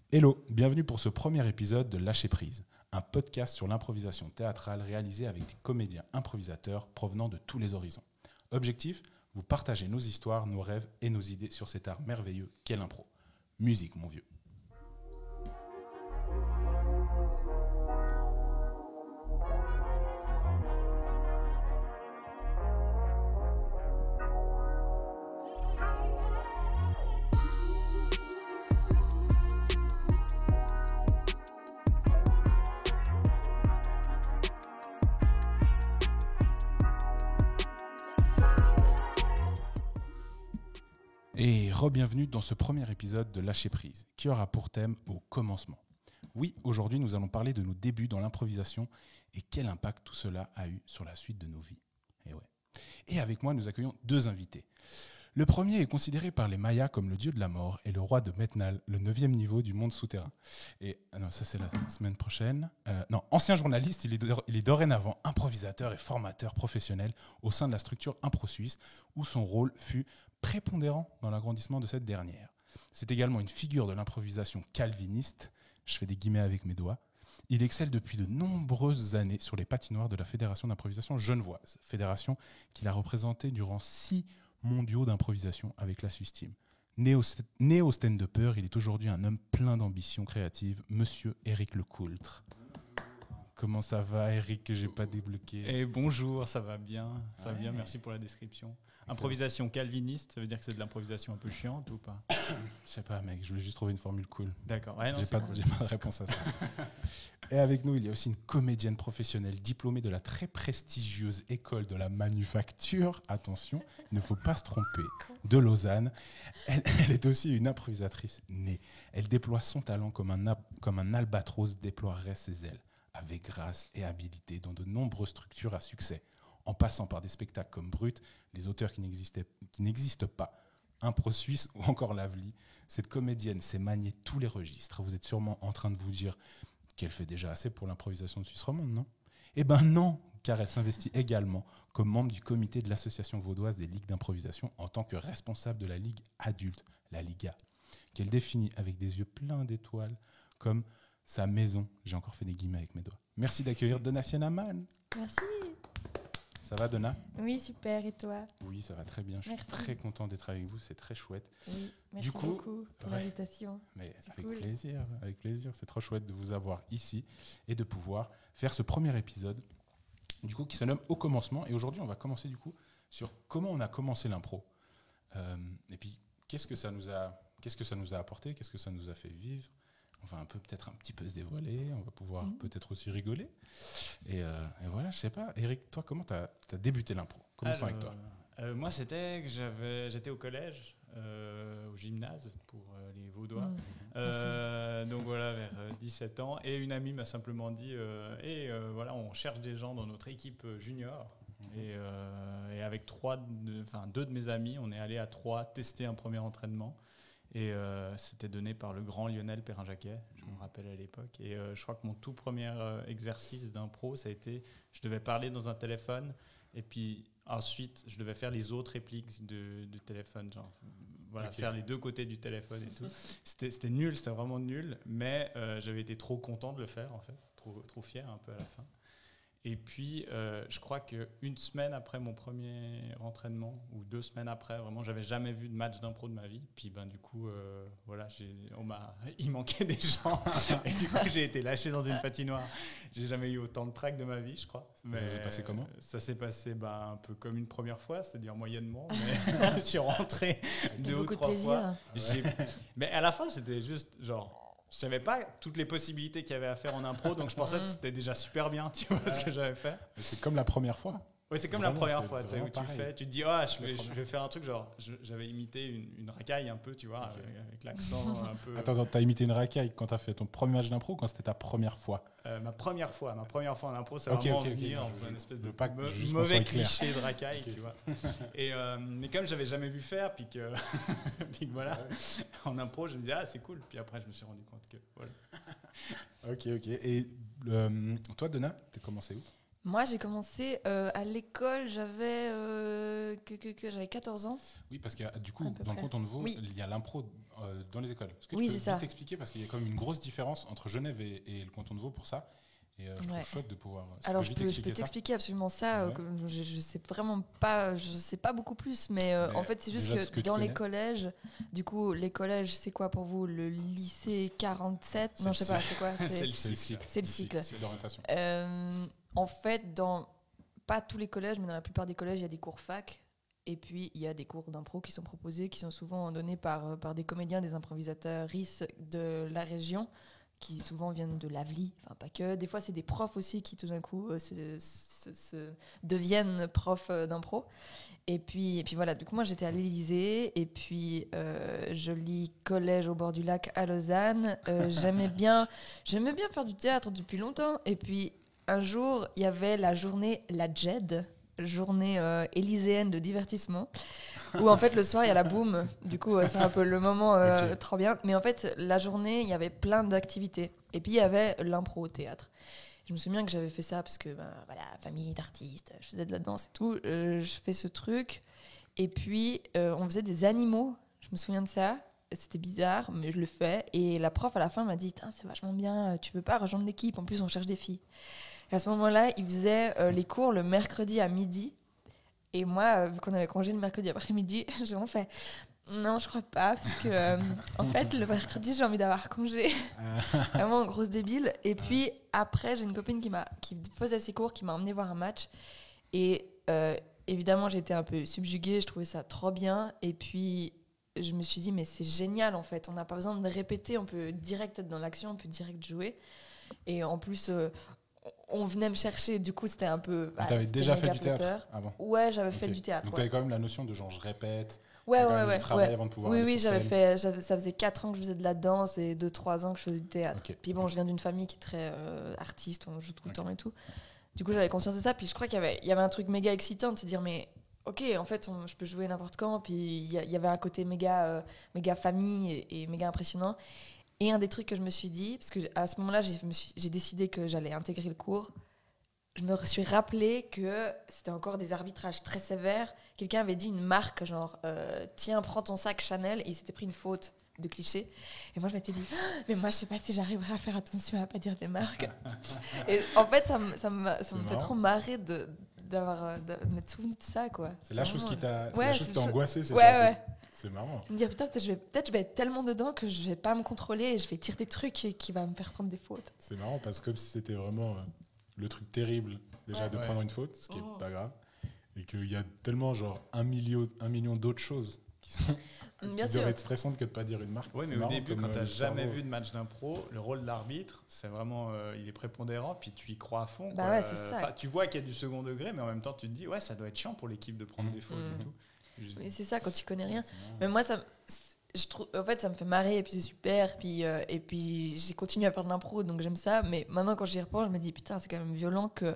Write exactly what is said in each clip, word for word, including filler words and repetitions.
Hello, bienvenue pour ce premier épisode de Lâcher prise, un podcast sur l'improvisation théâtrale réalisé avec des comédiens improvisateurs provenant de tous les horizons. Objectif, vous partager nos histoires, nos rêves et nos idées sur cet art merveilleux qu'est l'impro. Musique, mon vieux. Et re-bienvenue dans ce premier épisode de Lâcher prise, qui aura pour thème au commencement. Oui, aujourd'hui nous allons parler de nos débuts dans l'improvisation et quel impact tout cela a eu sur la suite de nos vies. Et, ouais. et avec moi nous accueillons deux invités. Le premier est considéré par les Mayas comme le dieu de la mort et le roi de Metnal, le neuvième niveau du monde souterrain. Et ah non, ça c'est la semaine prochaine. Euh, non, ancien journaliste, il est, do- il est dorénavant improvisateur et formateur professionnel au sein de la structure Impro Suisse, où son rôle fut prépondérant dans l'agrandissement de cette dernière. C'est également une figure de l'improvisation calviniste, je fais des guillemets avec mes doigts. Il excelle depuis de nombreuses années sur les patinoires de la Fédération d'improvisation genevoise, fédération qu'il a représentée durant six mondiaux d'improvisation avec la Swiss Team. Né au, né au stand-upper, il est aujourd'hui un homme plein d'ambition créative, Monsieur Éric Lecoultre. Comment ça va, Éric, que j'ai pas débloqué? Et bonjour, ça va bien, ça ouais. va bien, merci pour la description. Improvisation calviniste, ça veut dire que c'est de l'improvisation un peu chiante ou pas? Je sais pas, mec, je voulais juste trouver une formule cool. D'accord, ouais, non, j'ai, c'est pas, cool. j'ai pas de réponse à ça. Et avec nous, il y a aussi une comédienne professionnelle diplômée de la très prestigieuse école de la manufacture. Attention, il ne faut pas se tromper, de Lausanne. Elle, elle est aussi une improvisatrice née. Elle déploie son talent comme un, comme un albatros déploierait ses ailes, avec grâce et habileté dans de nombreuses structures à succès, en passant par des spectacles comme Brut, les auteurs qui, qui n'existent pas, Impro Suisse ou encore Lavely. Cette comédienne sait manier tous les registres. Vous êtes sûrement en train de vous dire qu'elle fait déjà assez pour l'improvisation de Suisse romande, non? Eh bien non, car elle s'investit également comme membre du comité de l'association vaudoise des ligues d'improvisation en tant que responsable de la ligue adulte, la Liga, qu'elle définit avec des yeux pleins d'étoiles comme sa maison. J'ai encore fait des guillemets avec mes doigts. Merci d'accueillir Donna Sienaman. Merci. Ça va, Donna? Oui, super. Et toi? Oui, ça va très bien. Je merci. suis très content d'être avec vous. C'est très chouette. Oui, merci du coup, beaucoup pour ouais. l'invitation. Mais c'est avec cool. plaisir, avec plaisir. C'est trop chouette de vous avoir ici et de pouvoir faire ce premier épisode, du coup, qui se nomme Au commencement. Et aujourd'hui, on va commencer du coup sur comment on a commencé l'impro. Euh, et puis, qu'est-ce que ça nous a, qu'est-ce que ça nous a apporté, qu'est-ce que ça nous a fait vivre. On va un peu peut-être un petit peu se dévoiler, on va pouvoir mmh. peut-être aussi rigoler. Et, euh, et voilà, je sais pas. Éric, toi, comment tu as débuté l'impro? Commençons Alors, avec toi. Euh, moi, c'était que j'avais, j'étais au collège, euh, au gymnase pour euh, les Vaudois. Mmh. Euh, donc voilà, vers euh, dix-sept ans. Et une amie m'a simplement dit euh, hey, euh, voilà, on cherche des gens dans notre équipe junior. Mmh. Et, euh, et avec trois, de, enfin, deux de mes amis, on est allé à trois tester un premier entraînement. Et euh, c'était donné par le grand Lionel Perrin-Jacquet, je me rappelle à l'époque. Et euh, je crois que mon tout premier euh, exercice d'impro, ça a été, je devais parler dans un téléphone, et puis ensuite, je devais faire les autres répliques de, de téléphone, genre, voilà, okay. faire les deux côtés du téléphone et tout. C'était, c'était nul, c'était vraiment nul, mais euh, j'avais été trop content de le faire, en fait, trop, trop fier un peu à la fin. Et puis, euh, je crois qu'une semaine après mon premier entraînement, ou deux semaines après, vraiment, j'avais jamais vu de match d'impro de ma vie. Puis, ben, du coup, euh, voilà, j'ai, on m'a, il manquait des gens. Et du coup, j'ai été lâché dans une patinoire. J'ai jamais eu autant de trac de ma vie, je crois. Mais ça s'est passé comment? Ça s'est passé ben, un peu comme une première fois, c'est-à-dire moyennement. Mais je suis rentré deux ou trois fois. J'ai... Mais à la fin, j'étais juste genre... Je savais pas toutes les possibilités qu'il y avait à faire en impro, donc je pensais que c'était déjà super bien, tu vois, ce que j'avais fait. C'est comme la première fois. Oui, c'est comme vraiment, la première fois, tu sais, où pareil. tu fais, tu te dis, ah, oh, je, vais, je vais faire un truc, genre, je, j'avais imité une, une racaille un peu, tu vois, okay. avec, avec l'accent un peu... Attends, attends, t'as imité une racaille quand t'as fait ton premier match d'impro ou quand c'était ta première fois? euh, Ma première fois, ma première fois en impro, c'est okay, vraiment okay, venir okay, en une espèce de pas, me, mauvais cliché de racaille, okay. tu vois. Et, euh, mais comme j'avais jamais vu faire, puis que, puis que voilà, ouais. en impro, je me disais, ah, c'est cool, puis après, je me suis rendu compte que, voilà. Ok, ok. Et euh, toi, Donna, t'as commencé où? Moi, j'ai commencé euh, à l'école, j'avais, euh, que, que, que, j'avais quatorze ans. Oui, parce que du coup, À peu dans le près. canton de Vaud, Oui. il y a l'impro euh, dans les écoles. Est-ce que Oui, tu peux c'est ça. vite expliquer, parce qu'il y a quand même une grosse différence entre Genève et, et le canton de Vaud pour ça. Et euh, je Ouais. trouve chouette de pouvoir. Si Alors, tu je peux peux, vite je peux expliquer ça. t'expliquer absolument ça. euh, Ouais. que je, je sais vraiment pas, je sais pas beaucoup plus, mais, euh, Mais en fait, c'est juste déjà, de ce que, que tu dans les connais. collèges, du coup, les collèges, c'est quoi pour vous? Le lycée quarante-sept? C'est Non, le je sais pas, cycle. c'est quoi? C'est C'est le C'est le cycle. cycle. C'est le ici, cycle. cycle d'orientation. Euh, en fait, dans pas tous les collèges, mais dans la plupart des collèges, il y a des cours fac. Et puis, il y a des cours d'impro qui sont proposés, qui sont souvent donnés par, par des comédiens, des improvisateurs RIS de la région, qui souvent viennent de l'Avely, enfin pas que. Des fois, c'est des profs aussi qui, tout d'un coup, euh, se, se- se deviennent profs euh, d'impro. Et puis, et puis voilà, du coup, moi, j'étais à l'Élysée, et puis euh, joli collège au bord du lac à Lausanne. Euh, j'aimais bien, j'aimais bien faire du théâtre depuis longtemps. Et puis, un jour, il y avait la journée, la J E D, journée euh, élyséenne de divertissement, où en fait le soir il y a la boum, du coup euh, c'est un peu le moment euh, Ok. trop bien, mais en fait la journée il y avait plein d'activités, et puis il y avait l'impro au théâtre. Je me souviens que j'avais fait ça parce que ben, voilà, famille d'artistes, je faisais de la danse et tout, euh, je fais ce truc, et puis euh, on faisait des animaux, je me souviens de ça. C'était bizarre, mais je le fais. Et la prof, à la fin, m'a dit « C'est vachement bien, tu veux pas rejoindre l'équipe? En plus, on cherche des filles. » Et à ce moment-là, ils faisaient euh, les cours le mercredi à midi. Et moi, euh, vu qu'on avait congé le mercredi après-midi, j'ai vraiment fait non, je crois pas, parce que euh, en fait, le mercredi, j'ai envie d'avoir congé. Vraiment grosse débile. Et puis après, j'ai une copine qui, m'a, qui faisait ses cours, qui m'a emmenée voir un match. Et euh, évidemment, j'étais un peu subjuguée, je trouvais ça trop bien. Et puis, je me suis dit, mais c'est génial en fait, on n'a pas besoin de répéter, on peut direct être dans l'action, on peut direct jouer. Et en plus, euh, on venait me chercher, du coup c'était un peu... Mais bah, t'avais c'était déjà fait méga du théâtre flatteur. avant. Ouais, j'avais Ok. fait du théâtre. Donc Ouais, t'avais quand même la notion de genre je répète. ouais, il y a quand ouais. même ouais, du travail ouais. avant de pouvoir Oui, aller oui, sur j'avais scène. fait, j'avais, ça faisait quatre ans que je faisais de la danse et deux trois ans que je faisais du théâtre. Ok. Puis bon, je viens d'une famille qui est très euh, artiste, on joue tout le Ok. temps et tout. Du coup, j'avais conscience de ça. Puis je crois qu'il y avait, il y avait un truc méga excitant de se dire, mais ok, en fait, on- je peux jouer n'importe quand. Puis il y, a- il y avait un côté méga, euh, méga famille et, et méga impressionnant. Et un des trucs que je me suis dit, parce que à ce moment-là, j'ai, me suis- j'ai décidé que j'allais intégrer le cours. Je me suis rappelé que c'était encore des arbitrages très sévères. Quelqu'un avait dit une marque, genre, euh, tiens, prends ton sac Chanel, et il s'était pris une faute de cliché. Et moi, je m'étais dit, ah, mais moi, je sais pas si j'arriverai à faire attention à pas dire des marques. Et en fait, ça me, ça me, ça C'est me fait marrant. trop marrer de, d'avoir, euh, de m'être souvenu de ça, quoi. C'est la chose vraiment, qui t'a, c'est ouais, la c'est chose qui le t'a cho- angoissé, c'est Ouais, ça. ouais. C'est marrant. Je me dire, putain, peut-être je, vais, peut-être je vais être tellement dedans que je vais pas me contrôler et je vais dire des trucs qui, qui vont me faire prendre des fautes. C'est marrant parce que comme si c'était vraiment euh, le truc terrible déjà Ouais. de Ouais. prendre une faute, ce qui Oh. est pas grave, et qu'il y a tellement genre un million, un million d'autres choses qui sont Bien qui sûr. doivent être stressantes que de pas dire une marque. Oui, C'est mais au marrant début, comme, quand euh, tu n'as le jamais cerveau- vu de match d'impro, le rôle de l'arbitre, c'est vraiment, euh, il est prépondérant, puis tu y crois à fond. Bah quoi. ouais, c'est ça. Enfin, tu vois qu'il y a du second degré, mais en même temps, tu te dis, ouais, ça doit être chiant pour l'équipe de prendre Mhm. des fautes Mhm. et tout. Oui, c'est ça, quand tu connais rien. C'est marrant. Mais moi, ça, me- je trouve, en fait, ça me fait marrer et puis c'est super. Puis, euh, et puis j'ai continué à faire de l'impro, donc j'aime ça. Mais maintenant, quand j'y repense, je me dis, putain, c'est quand même violent que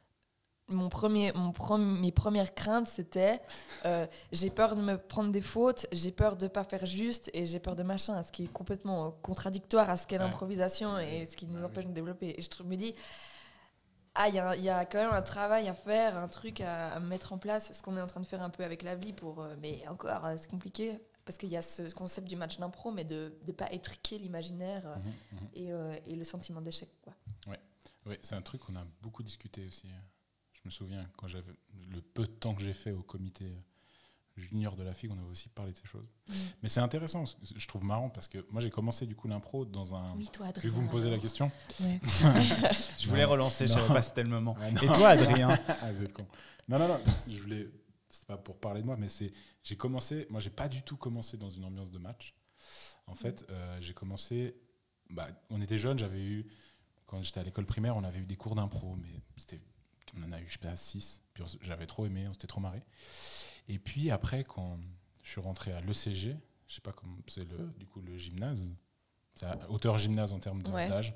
mon premier, mon prom- mes premières craintes, c'était euh, j'ai peur de me prendre des fautes, j'ai peur de pas faire juste et j'ai peur de machin, ce qui est complètement euh, contradictoire à ce qu'est Ouais. l'improvisation et ce qui nous Bah empêche oui. de développer. Et je trou- me dis, ah, il y, a un- il y a quand même un travail à faire, un truc à, à mettre en place, ce qu'on est en train de faire un peu avec l'Avely pour, euh, mais encore, euh, c'est compliqué parce qu'il y a ce concept du match d'impro, mais de ne pas étriquer l'imaginaire euh, Mhm, mhm. et, euh, et le sentiment d'échec, quoi. Oui, c'est un truc qu'on a beaucoup discuté aussi. Je me souviens, quand j'avais le peu de temps que j'ai fait au comité euh, junior de la F I G, on avait aussi parlé de ces choses. Mm. Mais c'est intéressant, je trouve marrant parce que moi j'ai commencé du coup l'impro dans un... Oui, toi, Et Adrien. vous me posez la alors. question. Ouais. Je voulais Non. relancer, je Non. savais pas si c'était le moment. Ah, non. Et toi, Adrien? Ah, vous êtes con. Non, non, non, je voulais... C'est pas pour parler de moi, mais c'est... J'ai commencé... Moi, j'ai pas du tout commencé dans une ambiance de match. En fait, euh, j'ai commencé... Bah, on était jeunes, j'avais eu... Quand j'étais à l'école primaire, on avait eu des cours d'impro, mais c'était... On en a eu, je sais pas, six. Puis on- j'avais trop aimé, on s'était trop marré. Et puis après, quand je suis rentré à l'E C G, je sais pas comment... C'est le, du coup le gymnase. C'est à hauteur gymnase en termes de- Ouais. d'âge.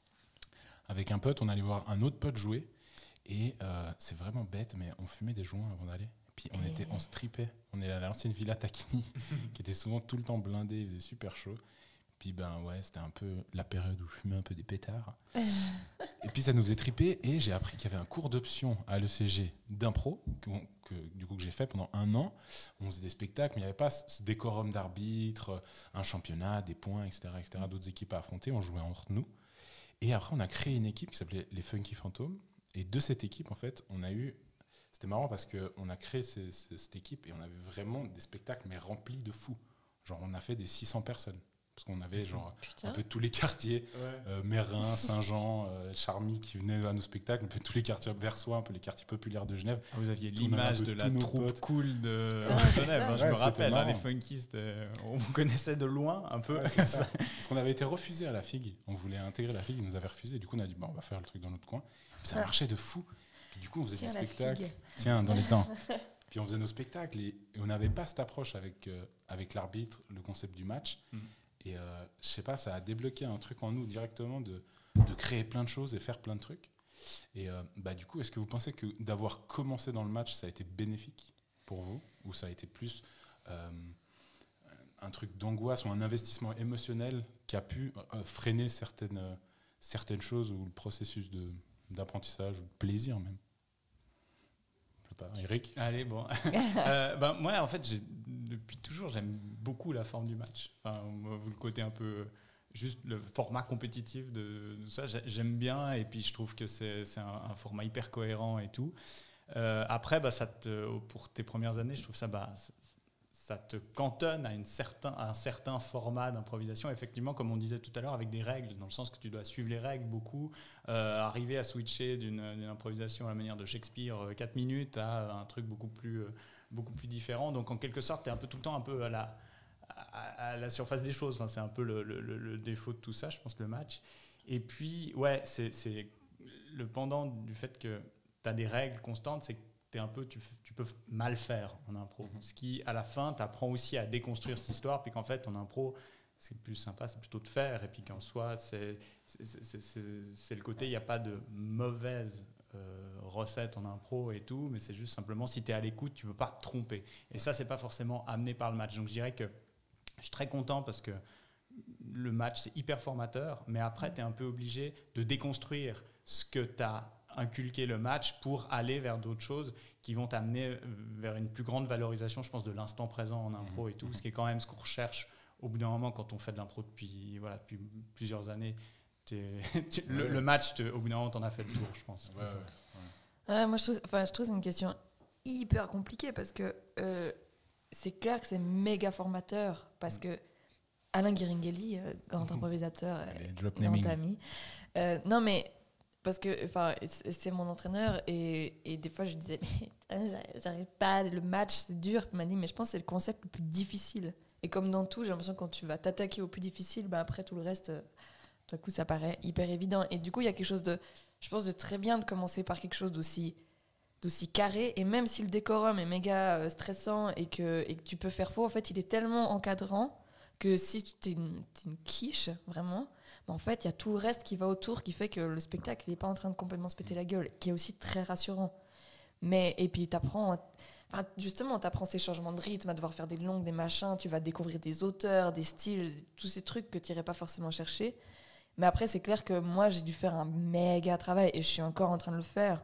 Avec un pote, on allait voir un autre pote jouer. Et euh, c'est vraiment bête, mais on fumait des joints avant d'aller. Puis on, Et- était, on se tripait. On est à l'ancienne Villa Tacchini, qui était souvent tout le temps blindée, il faisait super chaud. Puis ben ouais, c'était un peu la période où je fumais un peu des pétards. Et puis ça nous faisait triper et j'ai appris qu'il y avait un cours d'option à l'E C G d'impro que, que, du coup, que j'ai fait pendant un an. On faisait des spectacles, mais il n'y avait pas ce décorum d'arbitre, un championnat, des points, et cetera, et cetera, d'autres équipes à affronter. On jouait entre nous. Et après, on a créé une équipe qui s'appelait les Funky Phantoms. Et de cette équipe, en fait, on a eu... C'était marrant parce qu'on a créé ces, ces, cette équipe et on avait vraiment des spectacles, mais remplis de fous. Genre, on a fait des six cents personnes. Parce qu'on avait genre Putain. un peu tous les quartiers, ouais. euh, Mérin, Saint-Jean, euh, Charmy qui venaient à nos spectacles, un peu tous les quartiers versois, un peu les quartiers populaires de Genève. Ah, vous aviez l'image de la troupe potes. cool de Genève, hein, je ouais, me rappelle, hein, les funkies, on vous connaissait de loin un peu. Ouais, ça. Parce qu'on avait été refusé à la Figue, on voulait intégrer la Figue, ils nous avaient refusé, du coup on a dit bon, on va faire le truc dans notre coin. Puis ça marchait de fou, puis du coup on faisait Tiens, des spectacles, tiens dans les temps. Puis on faisait nos spectacles et, et on n'avait pas cette approche avec, euh, avec l'arbitre, le concept du match. Mm. Et euh, je sais pas, ça a débloqué un truc en nous directement de, de créer plein de choses et faire plein de trucs. Et euh, bah, du coup, est-ce que vous pensez que d'avoir commencé dans le match, ça a été bénéfique pour vous ? Ou ça a été plus euh, un truc d'angoisse ou un investissement émotionnel qui a pu euh, freiner certaines, euh, certaines choses ou le processus de, d'apprentissage ou de plaisir même ? Je sais pas, Eric ? Allez, bon. euh, ben, moi, en fait, j'ai, depuis toujours, j'aime beaucoup la forme du match. Enfin, vous, le côté un peu... Juste le format compétitif de, de ça, j'aime bien. Et puis, je trouve que c'est, c'est un, un format hyper cohérent et tout. Euh, après, bah, ça te, pour tes premières années, je trouve ça... Bah, ça te cantonne à, une certain, à un certain format d'improvisation, effectivement, comme on disait tout à l'heure, avec des règles, dans le sens que tu dois suivre les règles beaucoup, euh, arriver à switcher d'une, d'une improvisation à la manière de Shakespeare, euh, quatre minutes, à un truc beaucoup plus, euh, beaucoup plus différent. Donc, en quelque sorte, tu es un peu tout le temps un peu à la, à, à la surface des choses. Enfin, c'est un peu le, le, le défaut de tout ça, je pense, le match. Et puis, ouais, c'est, c'est le pendant du fait que tu as des règles constantes, c'est que un peu, tu, tu peux mal faire en impro. Mm-hmm. Ce qui, à la fin, t'apprend aussi à déconstruire cette histoire, puis qu'en fait, en impro, c'est plus sympa, c'est plutôt de faire, et puis qu'en soi, c'est, c'est, c'est, c'est, c'est le côté, il n'y a pas de mauvaise euh, recette en impro et tout, mais c'est juste simplement, si tu es à l'écoute, tu ne peux pas te tromper. Et ça, c'est pas forcément amené par le match. Donc, je dirais que je suis très content parce que le match, c'est hyper formateur, mais après, tu es un peu obligé de déconstruire ce que tu as inculquer le match pour aller vers d'autres choses qui vont t'amener vers une plus grande valorisation, je pense, de l'instant présent en impro et tout, ce qui est quand même ce qu'on recherche au bout d'un moment quand on fait de l'impro depuis, voilà, depuis plusieurs années. tu, le, ouais. le match, te, au bout d'un moment, t'en as fait le tour, je pense. Ouais, ouais, ouais. Ouais, moi, je trouve, enfin, je trouve que c'est une question hyper compliquée parce que euh, c'est clair que c'est méga formateur parce que Alain Guiringhelli, euh, grand improvisateur, Allez, drop grand ami, euh, non mais parce que enfin, c'est mon entraîneur et, et des fois je lui disais mais j'arrive pas, le match c'est dur. Il m'a dit mais je pense que c'est le concept le plus difficile. Et comme dans tout, j'ai l'impression que quand tu vas t'attaquer au plus difficile, bah après tout le reste, euh, tout à coup ça paraît hyper évident. Et du coup il y a quelque chose de, je pense, de très bien de commencer par quelque chose d'aussi, d'aussi carré. Et même si le décorum est méga euh, stressant et que, et que tu peux faire faux, en fait il est tellement encadrant que si tu es une, t'es une quiche vraiment, bah en fait il y a tout le reste qui va autour qui fait que le spectacle il est pas en train de complètement se péter la gueule, qui est aussi très rassurant. Mais et puis t'apprends, enfin justement t'apprends ces changements de rythme, à devoir faire des longues, des machins, tu vas découvrir des auteurs, des styles, tous ces trucs que tu irais pas forcément chercher. Mais après c'est clair que moi j'ai dû faire un méga travail et je suis encore en train de le faire,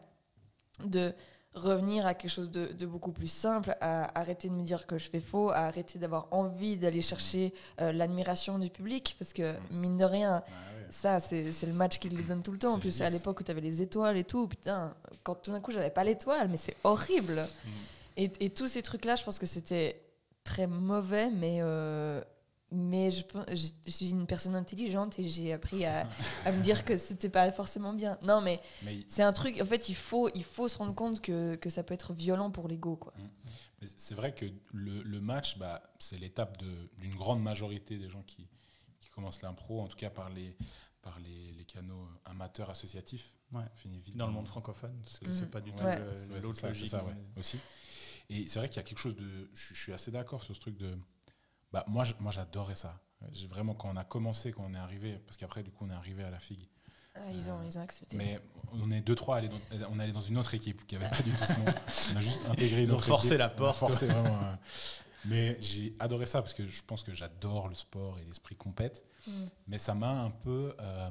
de revenir à quelque chose de, de beaucoup plus simple, à arrêter de me dire que je fais faux, à arrêter d'avoir envie d'aller chercher euh, l'admiration du public, parce que mine de rien, ah ouais. ça c'est, c'est le match qui le donne tout le temps. C'est en plus lisse. À l'époque où tu avais les étoiles et tout, putain, quand tout d'un coup j'avais pas l'étoile, mais c'est horrible. Mm. Et, et tous ces trucs là, je pense que c'était très mauvais, mais euh, mais je, je, je suis une personne intelligente et j'ai appris à, à me dire que c'était pas forcément bien. Non, mais, mais c'est un truc, en fait, il faut, il faut se rendre compte que, que ça peut être violent pour l'ego, quoi. Mais c'est vrai que le, le match, bah, c'est l'étape de, d'une grande majorité des gens qui, qui commencent l'impro, en tout cas par les, par les, les canaux amateurs associatifs. Ouais. Vite dans le monde francophone, c'est, mmh. c'est pas du tout ouais. le, c'est, l'autre c'est ça, logique. C'est ça, ouais, aussi. Et c'est vrai qu'il y a quelque chose de... Je, je suis assez d'accord sur ce truc de... Bah, moi, je, moi, j'adorais ça. J'ai vraiment, quand on a commencé, quand on est arrivé, parce qu'après, du coup, on est arrivé à la Figue. Ah, ils, ont, euh, ils ont accepté. Mais on est deux, trois, allés dans, on est allé dans une autre équipe qui n'avait pas du tout ce nom. On a juste intégré ils ont forcé équipe. la porte. On a forcé vraiment. Euh, Mais j'ai adoré ça parce que je pense que j'adore le sport et l'esprit compète. Mm. Mais ça m'a un peu... Euh,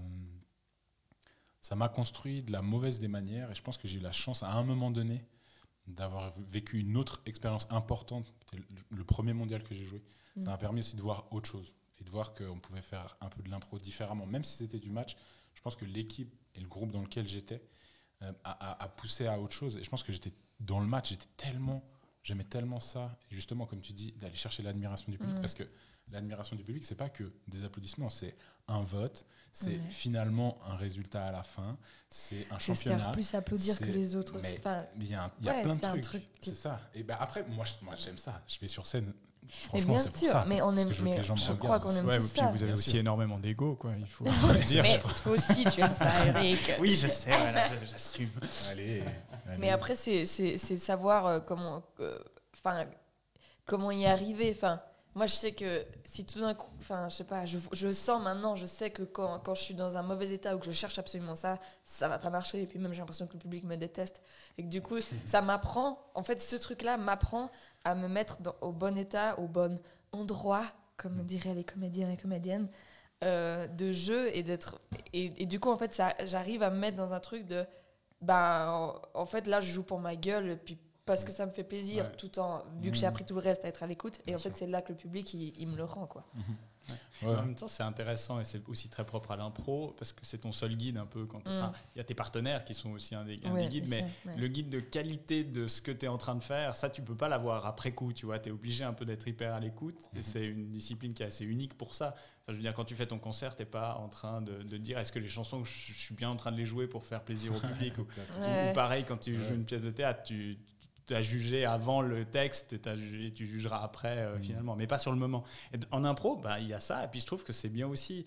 ça m'a construit de la mauvaise des manières et je pense que j'ai eu la chance à un moment donné d'avoir vécu une autre expérience importante. C'était le premier mondial que j'ai joué. Mm. Ça m'a permis aussi de voir autre chose et de voir qu'on pouvait faire un peu de l'impro différemment. Même si c'était du match, je pense que l'équipe et le groupe dans lequel j'étais euh, a, a, a poussé à autre chose. Et je pense que j'étais dans le match, j'étais tellement, j'aimais tellement ça. Et justement, comme tu dis, d'aller chercher l'admiration du public. Mm. Parce que l'admiration du public, c'est pas que des applaudissements, c'est un vote, c'est ouais. finalement un résultat à la fin, c'est un c'est championnat. C'est plus applaudir que les autres. Mais il y a, un, y a ouais, plein de trucs, truc c'est ça. Et ben après, moi, je, moi j'aime ça. Je vais sur scène. Franchement, c'est pour ça. Mais on aime, je, mais je, je crois qu'on aime ouais, tout ça. Vous avez aussi sûr. énormément d'ego, quoi. Il faut dire. Mais toi aussi, tu aimes ça, Eric. Oui, je sais. Voilà, j'assume. Allez, allez. Mais après, c'est, c'est, c'est savoir euh, comment, enfin, euh, comment y arriver. Enfin, moi, je sais que si tout d'un coup, enfin, je sais pas, je, je sens maintenant, je sais que quand, quand je suis dans un mauvais état ou que je cherche absolument ça, ça va pas marcher. Et puis même, j'ai l'impression que le public me déteste. Et que du coup, ça m'apprend. En fait, ce truc-là m'apprend à me mettre dans, au bon état, au bon endroit, comme diraient les comédiens et comédiennes, euh, de jeu et d'être. Et, et du coup, en fait, ça, j'arrive à me mettre dans un truc de. Ben, en, en fait, là, je joue pour ma gueule, et puis parce que ça me fait plaisir, ouais. tout en vu mmh. que j'ai appris tout le reste à être à l'écoute. Et Bien en sûr. fait, c'est là que le public, il, il me le rend, quoi. Mmh. Ouais. En même temps, c'est intéressant et c'est aussi très propre à l'impro parce que c'est ton seul guide un peu. Il mmh. y a tes partenaires qui sont aussi un des, un ouais, des guides, mais sûr, ouais. le guide de qualité de ce que tu es en train de faire, ça, tu peux pas l'avoir après coup. Tu vois, tu es obligé un peu d'être hyper à l'écoute mmh. et c'est une discipline qui est assez unique pour ça. Enfin, je veux dire, quand tu fais ton concert, tu n'es pas en train de, de dire est-ce que les chansons, je, je suis bien en train de les jouer pour faire plaisir au public ou, ouais. ou pareil, quand tu ouais. joues une pièce de théâtre, tu tu as jugé avant le texte et jugé, tu jugeras après euh, mmh. finalement, mais pas sur le moment. Et en impro, bah, y a ça, et puis je trouve que c'est bien aussi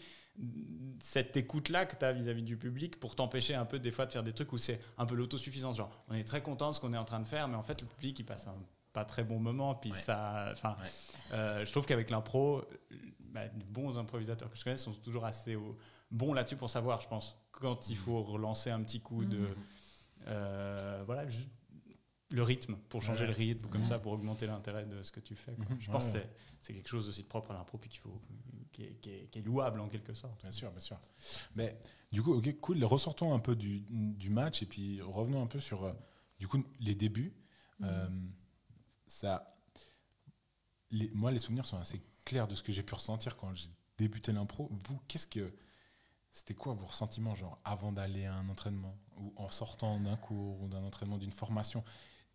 cette écoute-là que tu as vis-à-vis du public pour t'empêcher un peu des fois de faire des trucs où c'est un peu l'autosuffisance, genre on est très content de ce qu'on est en train de faire, mais en fait le public il passe un pas très bon moment, puis ouais. ça, enfin, ouais. euh, je trouve qu'avec l'impro, bah, les bons improvisateurs que je connais sont toujours assez au, bons là-dessus pour savoir, je pense, quand mmh. il faut relancer un petit coup mmh. de, euh, voilà, juste le rythme, pour changer ouais. le rythme, comme ouais. ça, pour augmenter l'intérêt de ce que tu fais. Quoi. Mmh, je pense ouais, que c'est, c'est quelque chose aussi de propre à l'impro, puis qu'il faut, qui, est, qui, est, qui est louable en quelque sorte. Bien sûr, bien sûr. Mais du coup, ok, cool, ressortons un peu du, du match, et puis revenons un peu sur, euh, du coup, les débuts. Mmh. Euh, ça, les, moi, les souvenirs sont assez clairs de ce que j'ai pu ressentir quand j'ai débuté l'impro. Vous, qu'est-ce que... C'était quoi vos ressentiments, genre, avant d'aller à un entraînement, ou en sortant d'un cours, ou d'un entraînement, d'une formation ?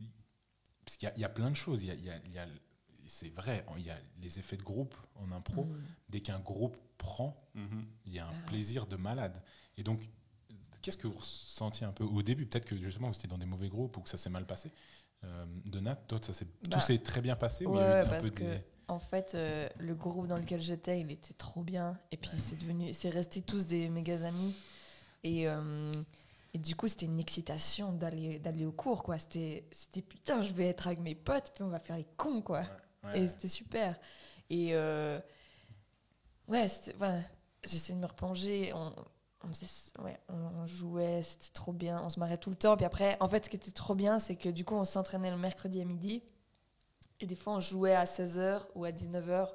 Parce qu'il y a, il y a plein de choses. Il y a, il y a, il y a, c'est vrai, il y a les effets de groupe en impro. Mmh. Dès qu'un groupe prend, mmh. il y a un ah. plaisir de malade. Et donc, qu'est-ce que vous ressentiez un peu au début ? Peut-être que justement, vous étiez dans des mauvais groupes ou que ça s'est mal passé. Euh, Donat, toi, ça s'est, bah, tout s'est très bien passé ouais, ou il y a eu un parce peu que, des... en fait, euh, le groupe dans lequel j'étais, il était trop bien. Et puis, ouais. c'est devenu, c'est resté tous des méga amis. Et... Euh, Et du coup, c'était une excitation d'aller, d'aller au cours, quoi. C'était, c'était putain, je vais être avec mes potes, puis on va faire les cons, quoi. Ouais, ouais, et c'était super. Et euh, ouais, c'était, ouais, j'essayais de me replonger. On, on, faisait, ouais, on jouait, c'était trop bien. On se marrait tout le temps. Puis après, en fait, ce qui était trop bien, c'est que du coup, on s'entraînait le mercredi à midi. Et des fois, on jouait à seize heures ou à dix-neuf heures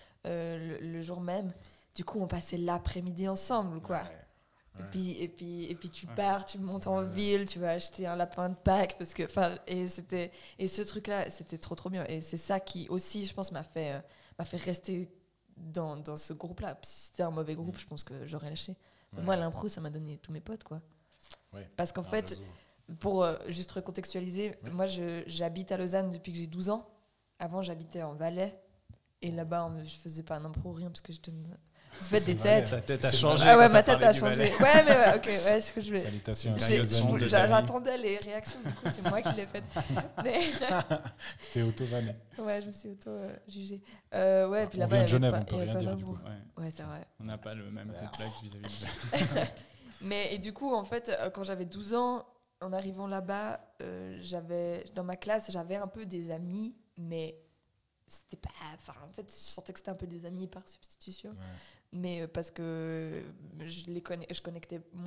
euh, le, le jour même. Du coup, on passait l'après-midi ensemble, quoi. Ouais. Et puis, et, puis, et puis tu ouais. pars, tu montes en ouais. ville, tu vas acheter un lapin de Pâques. Parce que, et, c'était, et ce truc-là, c'était trop, trop bien. Et c'est ça qui aussi, je pense, m'a fait, euh, m'a fait rester dans, dans ce groupe-là. Si c'était un mauvais groupe, mmh. je pense que j'aurais lâché. Ouais. Moi, l'impro, ça m'a donné tous mes potes, quoi. Ouais. Parce qu'en ah, fait, raison. pour euh, juste recontextualiser, ouais. moi, je, j'habite à Lausanne depuis que j'ai douze ans. Avant, j'habitais en Valais. Et là-bas, on, je faisais pas d'impro, rien, parce que je donne... Je fais des têtes. Ta tête a changé. Ah ouais, ma tête a changé. Ouais, mais ouais, ok, ouais, ce que je vais. Salutations. J'ai, je, j'attendais les réactions, du coup, c'est moi qui l'ai faites. Mais... T'es auto-vanné. Ouais, je me suis auto-jugée. Euh, ouais, puis on là-bas, vient de Genève, pas, on peut rien dire, du coup. Ouais, ouais c'est vrai. On n'a pas le même complexe vis-à-vis de Mais, et du coup, en fait, quand j'avais douze ans, en arrivant là-bas, euh, j'avais, dans ma classe, j'avais un peu des amis, mais c'était pas... Enfin, en fait, je sentais que c'était un peu des amis par substitution. Ouais. Mais parce que je les connais, je connectais moins.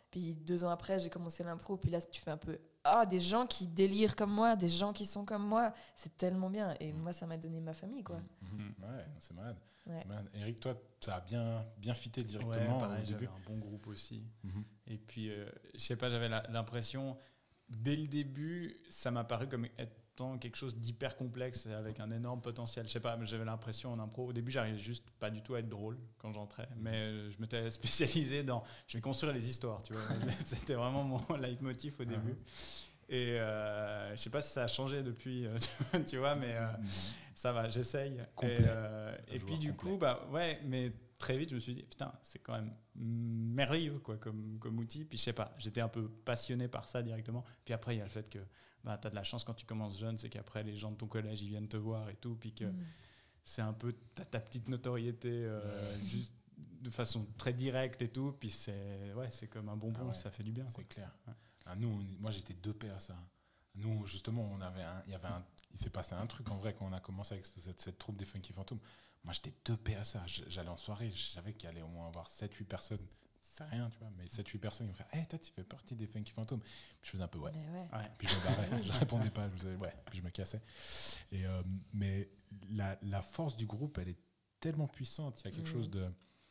Puis deux ans après, j'ai commencé l'impro. Puis là, tu fais un peu ah, des gens qui délirent comme moi, des gens qui sont comme moi. C'est tellement bien. Et moi, ça m'a donné ma famille, quoi. Mmh. Ouais, c'est malade. Ouais. C'est malade. Eric, toi, ça a bien, bien fité directement Ouais, pareil, au j'avais début. un bon groupe aussi. Mmh. Et puis, euh, je sais pas, j'avais la- l'impression, dès le début, ça m'a paru comme étant quelque chose d'hyper complexe avec un énorme potentiel. Je sais pas, mais j'avais l'impression en impro, au début, j'arrivais juste pas du tout à être drôle quand j'entrais, mais euh, je m'étais spécialisé dans, je vais construire les histoires, tu vois. C'était vraiment mon leitmotiv au début. Et euh, je sais pas si ça a changé depuis, euh, tu vois, mais euh, ça va, j'essaye. Complet. Et, euh, et puis du complet. coup, bah ouais, mais très vite, je me suis dit, putain, c'est quand même merveilleux quoi, comme, comme outil. Puis je sais pas, j'étais un peu passionné par ça directement. Puis après, il y a le fait que bah, tu as de la chance quand tu commences jeune, c'est qu'après, les gens de ton collège, ils viennent te voir et tout. Puis que Mm. c'est un peu ta, ta petite notoriété, euh, juste de façon très directe et tout. Puis c'est ouais, c'est comme un bonbon, Ah ouais, ça fait du bien. c'est quoi. clair. Ouais. Ah, nous, on- moi, j'étais dopé à ça. Nous, justement, on avait un, il y avait un, il s'est passé un truc en vrai quand on a commencé avec cette, cette troupe des Funky Phantoms. Moi, j'étais dopé à ça. Je- J'allais en soirée, je savais qu'il y allait au moins avoir sept huit personnes. C'est rien, tu vois, mais sept huit personnes qui vont faire hey, toi, tu fais partie des Funky Phantoms. Puis je faisais un peu ouais. Mais ouais. Ouais. Puis je me barrais, je répondais pas, je faisais ouais, puis je me cassais. Et, euh, mais la, la force du groupe, elle est tellement puissante. Il y a quelque Mm. chose de.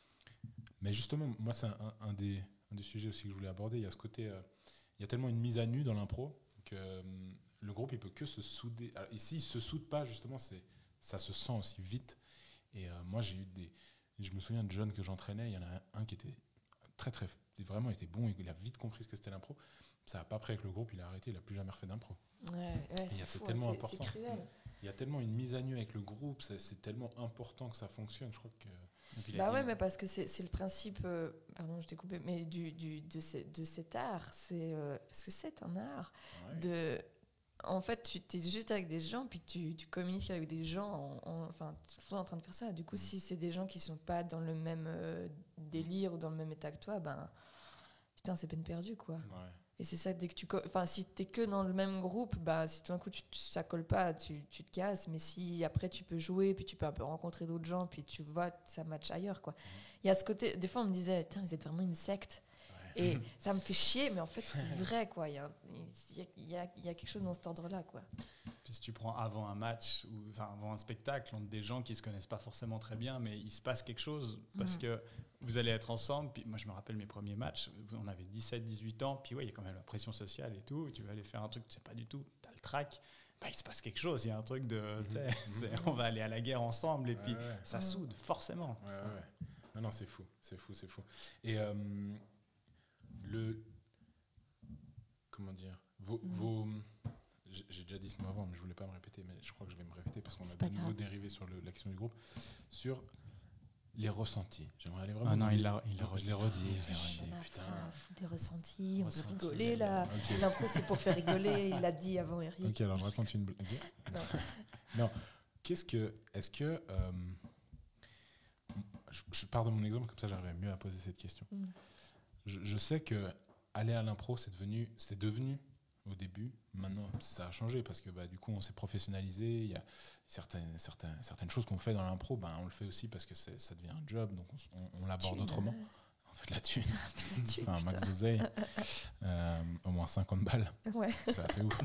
Mais justement, moi, c'est un, un- un des, un des sujets aussi que je voulais aborder. Il y a ce côté. euh, il y a tellement une mise à nu dans l'impro que euh, le groupe, il peut que se souder. Alors, ici, il se soude pas, justement, c'est, ça se sent aussi vite. Et euh, moi, j'ai eu des. Je me souviens de John que j'entraînais, il y en a un qui était très, très. Vraiment, était bon, il a vite compris ce que c'était l'impro. Ça n'a pas pris avec le groupe, il a arrêté, il n'a plus jamais refait d'impro. Ouais, ouais, Et c'est, c'est fou, tellement hein, important. C'est cruel. Il y a tellement une mise à nu avec le groupe, c'est, c'est tellement important que ça fonctionne. Je crois que. Et puis, il a Bah dit- ouais, mais parce que c'est, c'est le principe, euh, pardon, je t'ai coupé, mais du, du, de, ce- de cet art, c'est, euh, parce que c'est un art. Ouais. De, en fait, tu es juste avec des gens, puis tu, tu communiques avec des gens, en, en- enfin, tu es toujours en train de faire ça. Du coup, si c'est des gens qui sont pas dans le même euh, délire ou dans le même état que toi, ben, putain, c'est peine perdue, quoi. Ouais. Et c'est ça, dès que tu. co- Enfin, si t'es que dans le même groupe, bah, si tout d'un coup tu, tu- ça colle pas, tu, tu te casses. Mais si après tu peux jouer, puis tu peux un peu rencontrer d'autres gens, puis tu vois, ça match ailleurs, quoi. Il y a ce côté. Des fois, on me disait, putain, vous êtes vraiment une secte. Et ça me fait chier, mais en fait, c'est vrai, quoi. Il y a, un- il y a- il y a- il y a quelque chose dans cet ordre-là, quoi. Puis si tu prends avant un match ou enfin avant un spectacle, on a des gens qui se connaissent pas forcément très bien, mais il se passe quelque chose parce Mhm. que vous allez être ensemble. Puis moi, je me rappelle mes premiers matchs, on avait dix-sept dix-huit ans, puis ouais, il y a quand même la pression sociale et tout. Tu vas aller faire un truc, tu sais pas du tout, tu as le trac. Bah, il se passe quelque chose, il y a un truc de, tu sais, c'est- on va aller à la guerre ensemble et Ouais, puis ouais. ça Mhm. soude forcément. Ouais, ouais, ouais. Non, non, c'est fou, c'est fou, c'est fou. Et euh, le. Comment dire vos, Mm. vos- j'ai j'ai déjà dit ce mot avant, mais je voulais pas me répéter, mais je crois que je vais me répéter parce qu'on a C'est de pas nouveau grave. dérivé sur le- la question du groupe. Sur les ressentis. J'aimerais aller vraiment. Ah non, dans il les- l'a- il l'a je l'ai redit, je l'ai On redit, a putain. rien à foutre des ressentis, on peut Ressentis, rigoler, là. ok. L'impro, c'est pour faire rigoler, il l'a dit avant Eric. Ok, alors je raconte une blague. Non. Non, qu'est-ce que. Est-ce que. euh, je, je pars de mon exemple, comme ça j'arriverai mieux à poser cette question. Mm. Je, je sais que aller à l'impro, c'est devenu, c'est devenu au début. Maintenant, ça a changé parce que bah, du coup, on s'est professionnalisé. Il y a certaines, certaines, certaines choses qu'on fait dans l'impro, ben, on le fait aussi parce que c'est, ça devient un job, donc on, s- on- on l'aborde Thune. autrement. En fait, la thune, La thune, enfin, un max putain. d'oseille, euh, au moins cinquante balles. Ouais. C'est assez ouf.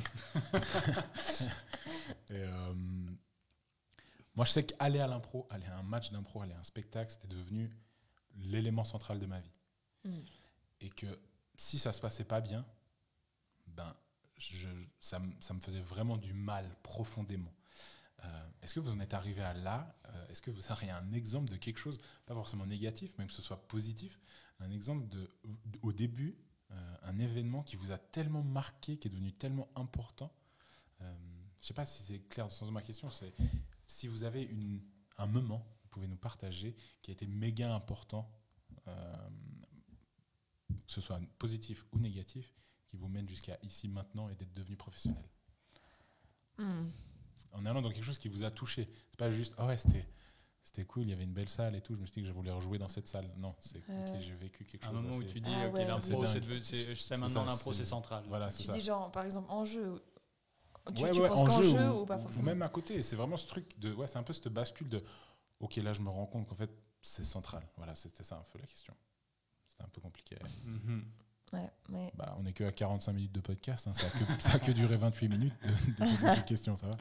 Et, euh, moi, je sais qu'aller à l'impro, aller à un match d'impro, aller à un spectacle, c'était devenu l'élément central de ma vie. Mm. Et que si ça se passait pas bien, ben, je, ça, me- ça me faisait vraiment du mal profondément. Euh, est-ce que vous en êtes arrivé à là euh, Est-ce que vous auriez un exemple de quelque chose, pas forcément négatif, même que ce soit positif, un exemple de, au début, euh, un événement qui vous a tellement marqué, qui est devenu tellement important. Euh, je ne sais pas si c'est clair dans le sens de ma question. C'est si vous avez une, un moment, vous pouvez nous partager, qui a été méga important, euh, que ce soit positif ou négatif, qui vous mène jusqu'à ici maintenant et d'être devenu professionnel. Mm. En allant dans quelque chose qui vous a touché. C'est pas juste, ah ouais, c'était, c'était cool, il y avait une belle salle et tout, je me suis dit que je voulais rejouer dans cette salle. Non, c'est Euh. ok, j'ai vécu quelque Un chose. moment où d'assez- tu dis, Ah ok, ouais. l'impro, C'est c'est, dingue. devenu- c'est, c'est C'est maintenant ça, l'impro, c'est, c'est- central. Voilà, c'est Tu ça. dis genre, par exemple, en jeu. Tu, Ouais, tu ouais, penses en qu'en jeu, jeu ou, ou pas ou forcément? même à côté. C'est vraiment ce truc de, ouais, c'est un peu cette bascule de, ok, là je me rends compte qu'en fait c'est central. Voilà, c'était ça un peu la question. C'était un peu compliqué. Mhm. Ouais, mais... Bah, on n'est que à quarante-cinq minutes de podcast, hein. ça, a que, ça a que duré vingt-huit minutes de, de poser cette question, ça va?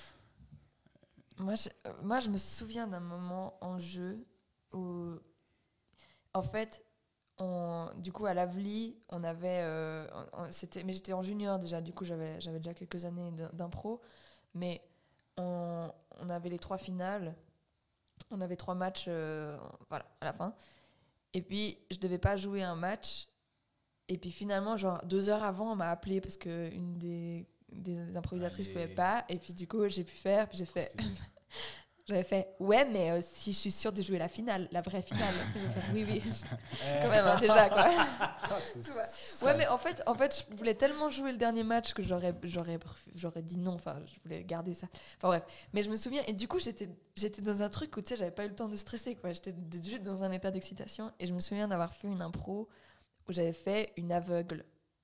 Moi je, euh, moi, je me souviens d'un moment en jeu où, en fait, on, du coup, à l'Avely, on avait... euh, on- on- c'était, mais j'étais en junior déjà, du coup, j'avais, j'avais déjà quelques années d'im- d'impro. Mais on, on avait les trois finales. On avait trois matchs euh, voilà, à la fin. Et puis, je devais pas jouer un match. Et puis, finalement, genre, deux heures avant, on m'a appelé parce qu'une des, des improvisatrices Allez. pouvait pas. Et puis, du coup, j'ai pu faire. Puis, j'ai Trop fait... stylé. J'avais fait, ouais, mais euh, si je suis sûre de jouer la finale, la vraie finale. J'ai fait, oui, oui. Quand même, hein, déjà, quoi. Ouais, mais en fait, en fait, je voulais tellement jouer le dernier match que j'aurais, j'aurais, j'aurais dit non. Enfin, je voulais garder ça. Enfin, bref. Mais je me souviens, et du coup, j'étais, j'étais dans un truc où, tu sais, j'avais pas eu le temps de stresser, quoi. J'étais d- juste dans un état d'excitation. Et je me souviens d'avoir fait une impro où j'avais fait une aveugle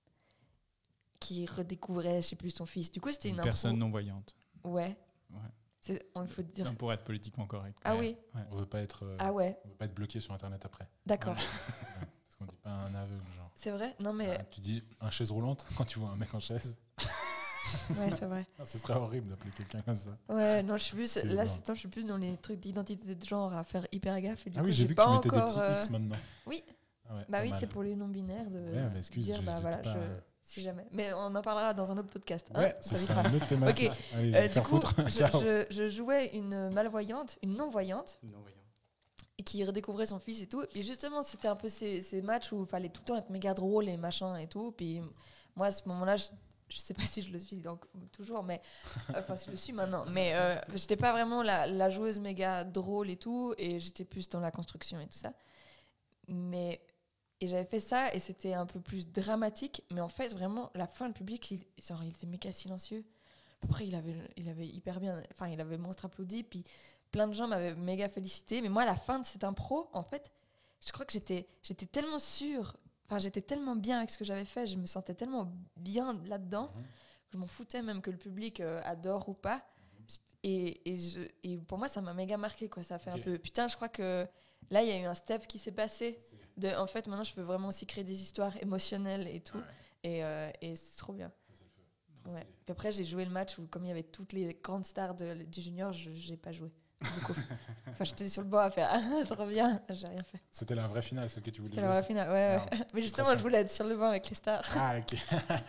qui redécouvrait, je sais plus, son fils. Du coup, c'était Une une, personne impro. non-voyante. Ouais. Ouais. C'est, on faut dire. Non, pour être politiquement correct. Ah Ouais. oui. Ouais. On veut pas être, euh, Ah ouais. on veut pas être bloqué sur Internet après. D'accord. Ouais, parce qu'on dit pas un aveugle, genre. C'est vrai. Non, mais. Ah, tu dis un chaise roulante quand tu vois un mec en chaise. Ouais, c'est vrai. Ah, ce serait horrible d'appeler quelqu'un comme ça. Ouais, non, je suis plus. C'est Là, énorme. c'est temps, je suis plus dans les trucs d'identité de genre à faire hyper gaffe. Et du Ah coup, oui, j'ai vu que pas tu mettais des encore, petits euh, X maintenant. Oui. Ah ouais, Bah pas oui, mal. c'est pour les non-binaires de Ouais, mais excuse, dire, je- bah j'étais voilà, pas- je, si jamais. Mais on en parlera dans un autre podcast. hein, Ouais, ce ça sera évitera. une autre thématique. Ok. Allez, je Euh, vais du faire coup, foutre. je, Ciao. je- je jouais une malvoyante, une non-voyante, Non-voyant. et qui redécouvrait son fils et tout. Et justement, c'était un peu ces, ces matchs où il fallait tout le temps être méga drôle et machin et tout. Puis moi, à ce moment-là, je, je sais pas si je le suis donc, toujours, mais enfin, si je le suis maintenant. Mais euh, j'étais pas vraiment la, la joueuse méga drôle et tout. Et j'étais plus dans la construction et tout ça. Mais. Et j'avais fait ça et c'était un peu plus dramatique. Mais en fait, vraiment, la fin, le public, il, genre, il était méga silencieux. Après, il avait, il avait hyper bien. Enfin, il avait monstre applaudi. Puis plein de gens m'avaient méga félicité. Mais moi, à la fin de cette impro, en fait, je crois que j'étais, j'étais tellement sûre. Enfin, j'étais tellement bien avec ce que j'avais fait. Je me sentais tellement bien là-dedans. Mhm. Que je m'en foutais même que le public euh, adore ou pas. Et, et, je, et pour moi, ça m'a méga marqué, quoi. Ça a fait Ok. un peu. Putain, je crois que là, il y a eu un step qui s'est passé. De, en fait, maintenant, je peux vraiment aussi créer des histoires émotionnelles et tout. Ouais. Et, euh, et c'est trop bien. Ça, c'est le feu. Trop Ouais. stylé. Puis après, j'ai joué le match où, comme il y avait toutes les grandes stars de, du junior, je n'ai pas joué. Du coup. Enfin, j'étais sur le banc à faire ah, trop bien, j'ai rien fait. C'était la vraie finale, celle que tu voulais C'était jouer. la vraie finale, ouais. Merde. ouais. Mais justement, Attention. je voulais être sur le banc avec les stars. Ah, ok.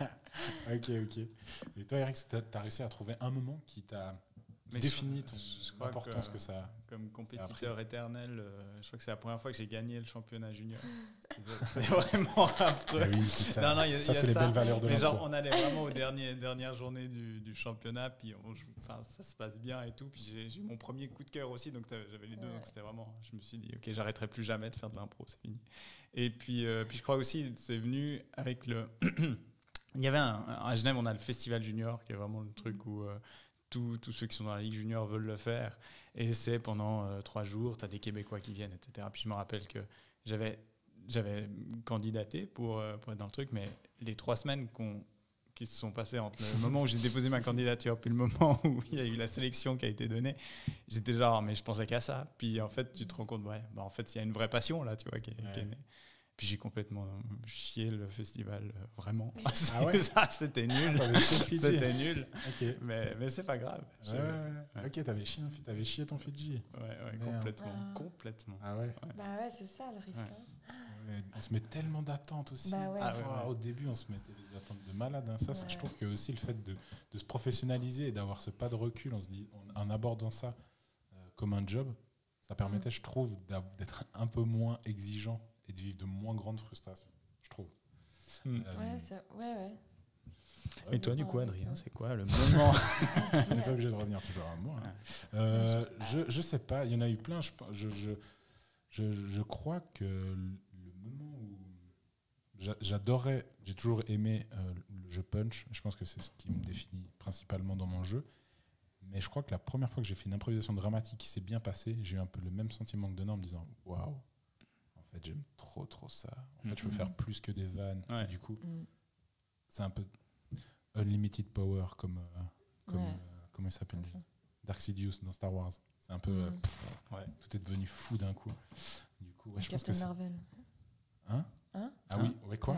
ok, ok. Et toi, Eric, tu as réussi à trouver un moment qui t'a Mais défini je- ton je crois l'importance que, que- ça a. Comme compétiteur éternel, euh, je crois que c'est la première fois que j'ai gagné le championnat junior. C'était vraiment affreux. Ah oui, c'est ça. Non, non, il y a- ça, il y a c'est les ça. belles valeurs de Mais genre, l'impro. on allait vraiment aux derniers, dernières journées du, du championnat, puis on joue- enfin, ça se passe bien et tout. Puis j'ai j'ai eu mon premier coup de cœur aussi, donc t'avais- j'avais les deux. Ouais. Donc c'était vraiment, je me suis dit, ok, j'arrêterai plus jamais de faire de l'impro, c'est fini. Et puis, euh, puis je crois aussi, c'est venu avec le. Il y avait un, à Genève, on a le festival junior, qui est vraiment le truc où euh, tous tous ceux qui sont dans la Ligue junior veulent le faire. Et c'est pendant euh, trois jours, tu as des Québécois qui viennent, et cetera. Puis je me rappelle que j'avais j'avais candidaté pour, euh, pour être dans le truc, mais les trois semaines qu'on qui se sont passées entre le moment où j'ai déposé ma candidature puis le moment où il y a eu la sélection qui a été donnée, j'étais genre, mais je pensais qu'à ça. Puis en fait, tu te rends compte, ouais, bah en fait, il y a une vraie passion là, tu vois, qui est, Ouais. qui est née. Puis j'ai complètement chié le festival, euh, vraiment. Ah ouais Ça, c'était nul. T'avais chié le Fidji. C'était nul. Ok. Mais, mais c'est pas grave. Ouais, ouais, ouais. Ok, t'avais chié, un- t'avais chié ton Fidji. Ouais, ouais, Merde. complètement. Ah. Complètement. Ah ouais. Bah ouais, c'est ça le risque. Ouais. hein. Ouais, on se met tellement d'attentes aussi. Bah ouais. Ah Parfois, ouais, ouais. Au début, on se mettait des attentes de malade. hein. Ça, c'est- Ouais. je trouve que aussi le fait de, de se professionnaliser et d'avoir ce pas de recul, on se dit, en, en abordant ça euh, comme un job, ça permettait, je trouve, d'av- d'être un peu moins exigeant et de vivre de moins grandes frustrations. Je trouve. Hmm. Euh, Ouais, c'est- ouais, ouais. Et toi, du coup, Avec, Adrien, euh, c'est quoi le moment On n'est pas obligé de revenir toujours à moi. hein. Euh, je, je sais pas, il y en a eu plein. Je, je, je, je, je crois que le moment où j'a- j'adorais, j'ai toujours aimé euh, le jeu punch. Je pense que c'est ce qui me définit principalement dans mon jeu. Mais je crois que la première fois que j'ai fait une improvisation dramatique qui s'est bien passée, j'ai eu un peu le même sentiment que Donna en me disant waouh, en fait j'aime trop trop ça. En fait je peux Mhm. faire plus que des vannes. Ouais. Et du coup Mm. c'est un peu unlimited power comme euh, comme Ouais. euh, comment il s'appelle Enfin. Dark Sidious dans Star Wars. C'est un peu euh, Mm. pff, Ouais. tout est devenu fou d'un coup. Du coup ouais, je pense que Captain c'est Marvel. hein Hein ah oui ouais quoi Ouais, Captain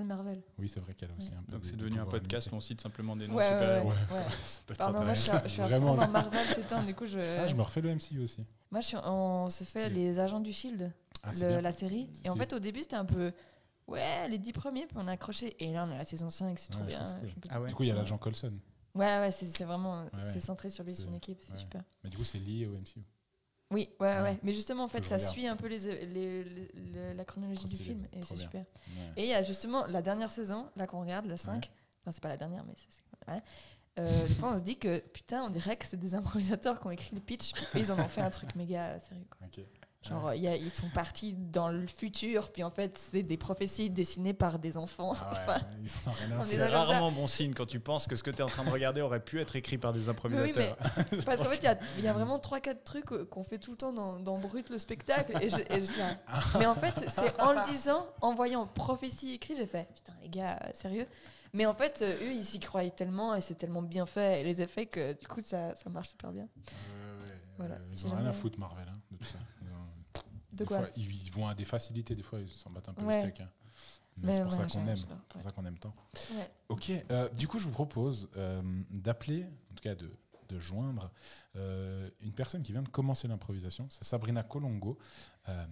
Marvel. Oui, c'est vrai qu'elle a aussi Ouais. un peu. Donc des- c'est des devenu un pouvoirs podcast où limités. on cite simplement des noms Ouais, ouais, super-héros. ouais, ouais. Ça peut être Pardon, moi je suis, intéressant. je suis à Vraiment. fond dans Marvel ces temps, du coup je. Ah, je me refais le M C U aussi. Moi je suis, on se fait Stylé. les Agents du Shield, Ah, c'est le- bien. la série. C'est Et en stylé. fait au début c'était un peu. Ouais, les dix premiers, puis on a accroché. Et là on est à la saison cinq, c'est trop Ouais, je bien. trouve que c'est cool. Je- Ah ouais. Du coup, il y a l'agent Coulson. Ouais, ouais, c'est, c'est vraiment. ouais. C'est centré sur lui et C'est- son équipe, c'est ouais. super. Mais du coup, c'est lié au M C U. Oui, ouais, ouais, Ouais. mais justement, en Faut fait, que je ça regarde. suit un peu les, les, les- les- la chronologie Trop du stylé, film et trop c'est bien. super. Ouais. Et il y a justement la dernière saison, là qu'on regarde, la cinq, enfin, c'est pas la dernière, mais c'est. c'est- ouais. Euh, des fois, on se dit que putain, on dirait que c'est des improvisateurs qui ont écrit le pitch et ils en ont fait un truc méga sérieux. Quoi. Ok. Genre, il y a- ils sont partis dans le futur, puis en fait, c'est des prophéties dessinées par des enfants. Ah ouais, Enfin, ils en ont rien à on foutre. est C'est comme ça. rarement bon signe quand tu penses que ce que tu es en train de regarder aurait pu être écrit par des mais oui, improvisateurs. mais parce qu'en fait, il y a, il y a vraiment trois quatre trucs euh, qu'on fait tout le temps dans, dans Brut le spectacle. Et je, et je- là. Mais en fait, c'est en le disant, en voyant prophétie écrite, j'ai fait putain, les gars, euh, sérieux. Mais en fait, euh, eux, ils s'y croyaient tellement et c'est tellement bien fait, et les effets, que du coup, ça, ça marche super bien. Ouais, ouais, Voilà. euh, ils Si ont rien jamais- à foutre, Marvel, hein, de tout ça. Ils ont- De des quoi fois, ils vont à des facilités, des fois, ils s'en battent un peu Ouais. les steaks. hein. Mais, Mais c'est pour ouais, ça qu'on j'adore, aime. j'adore, C'est pour ouais. ça qu'on aime tant. Ouais. Ok, euh, du coup, je vous propose euh, d'appeler, en tout cas de, de joindre, euh, une personne qui vient de commencer l'improvisation. C'est Sabrina Colongo. Euh,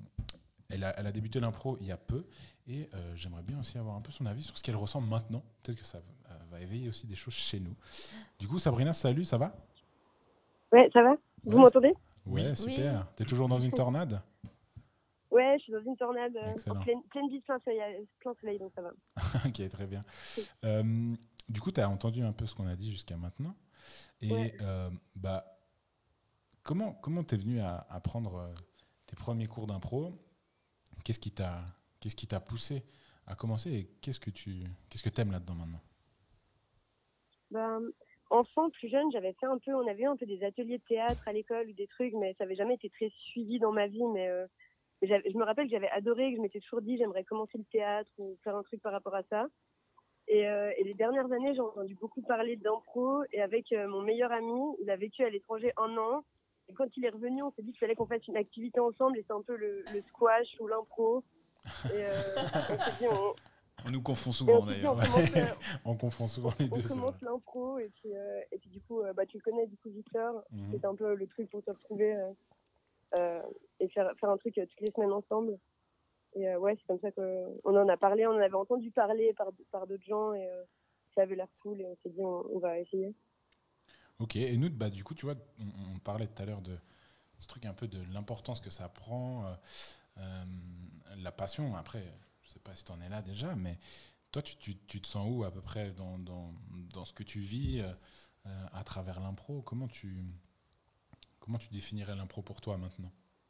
elle, a, elle a débuté l'impro il y a peu. Et euh, j'aimerais bien aussi avoir un peu son avis sur ce qu'elle ressent maintenant. Peut-être que ça va, va éveiller aussi des choses chez nous. Du coup, Sabrina, salut, ça va? Ouais, ça va? Vous Ouais, m'entendez? Ouais, Oui. super. Oui. T'es toujours dans une tornade? Ouais, je suis dans une tornade euh, Excellent. en pleine, pleine vie, plein soleil, plein soleil, donc ça va. Ok, très bien. Euh, du coup, tu as entendu un peu ce qu'on a dit jusqu'à maintenant. Et Ouais. euh, bah, comment comment t'es venu à, à prendre euh, tes premiers cours d'impro? Qu'est-ce qui t'a qu'est-ce qui t'a poussé à commencer et qu'est-ce que tu qu'est-ce que t'aimes là-dedans maintenant? Ben, enfant, plus jeune, j'avais fait un peu, on avait eu un peu des ateliers de théâtre à l'école ou des trucs, mais ça n'avait jamais été très suivi dans ma vie. Mais euh, j'avais- je me rappelle que j'avais adoré, que je m'étais toujours dit j'aimerais commencer le théâtre ou faire un truc par rapport à ça. Et, euh, et les dernières années, j'ai entendu beaucoup parler d'impro. Et avec euh, mon meilleur ami, il a vécu à l'étranger un an. Et quand il est revenu, on s'est dit qu'il fallait qu'on fasse une activité ensemble. Et c'est un peu le, le squash ou l'impro. Et euh, on s'est dit, on, On nous confond et souvent on s'est dit, d'ailleurs. on commence, euh, On confond souvent les on deux. c'est commence vrai. l'impro. Et puis, euh, et puis du coup, euh, bah, tu le connais, du coup, Victor. Mhm. C'est un peu le truc pour se retrouver euh, euh, et faire, faire un truc euh, toutes les semaines ensemble. Et euh, ouais, c'est comme ça qu'on en a parlé. On en avait entendu parler par, par d'autres gens. Et euh, ça avait l'air cool. Et on s'est dit, on, on va essayer. Ok, et nous, bah, du coup, tu vois, on, on parlait tout à l'heure de ce truc un peu de l'importance que ça prend, euh, euh, la passion. Après, je sais pas si tu en es là déjà, mais toi, tu, tu, tu te sens où à peu près dans, dans, dans ce que tu vis euh, euh, à travers l'impro? Comment tu, comment tu définirais l'impro pour toi maintenant?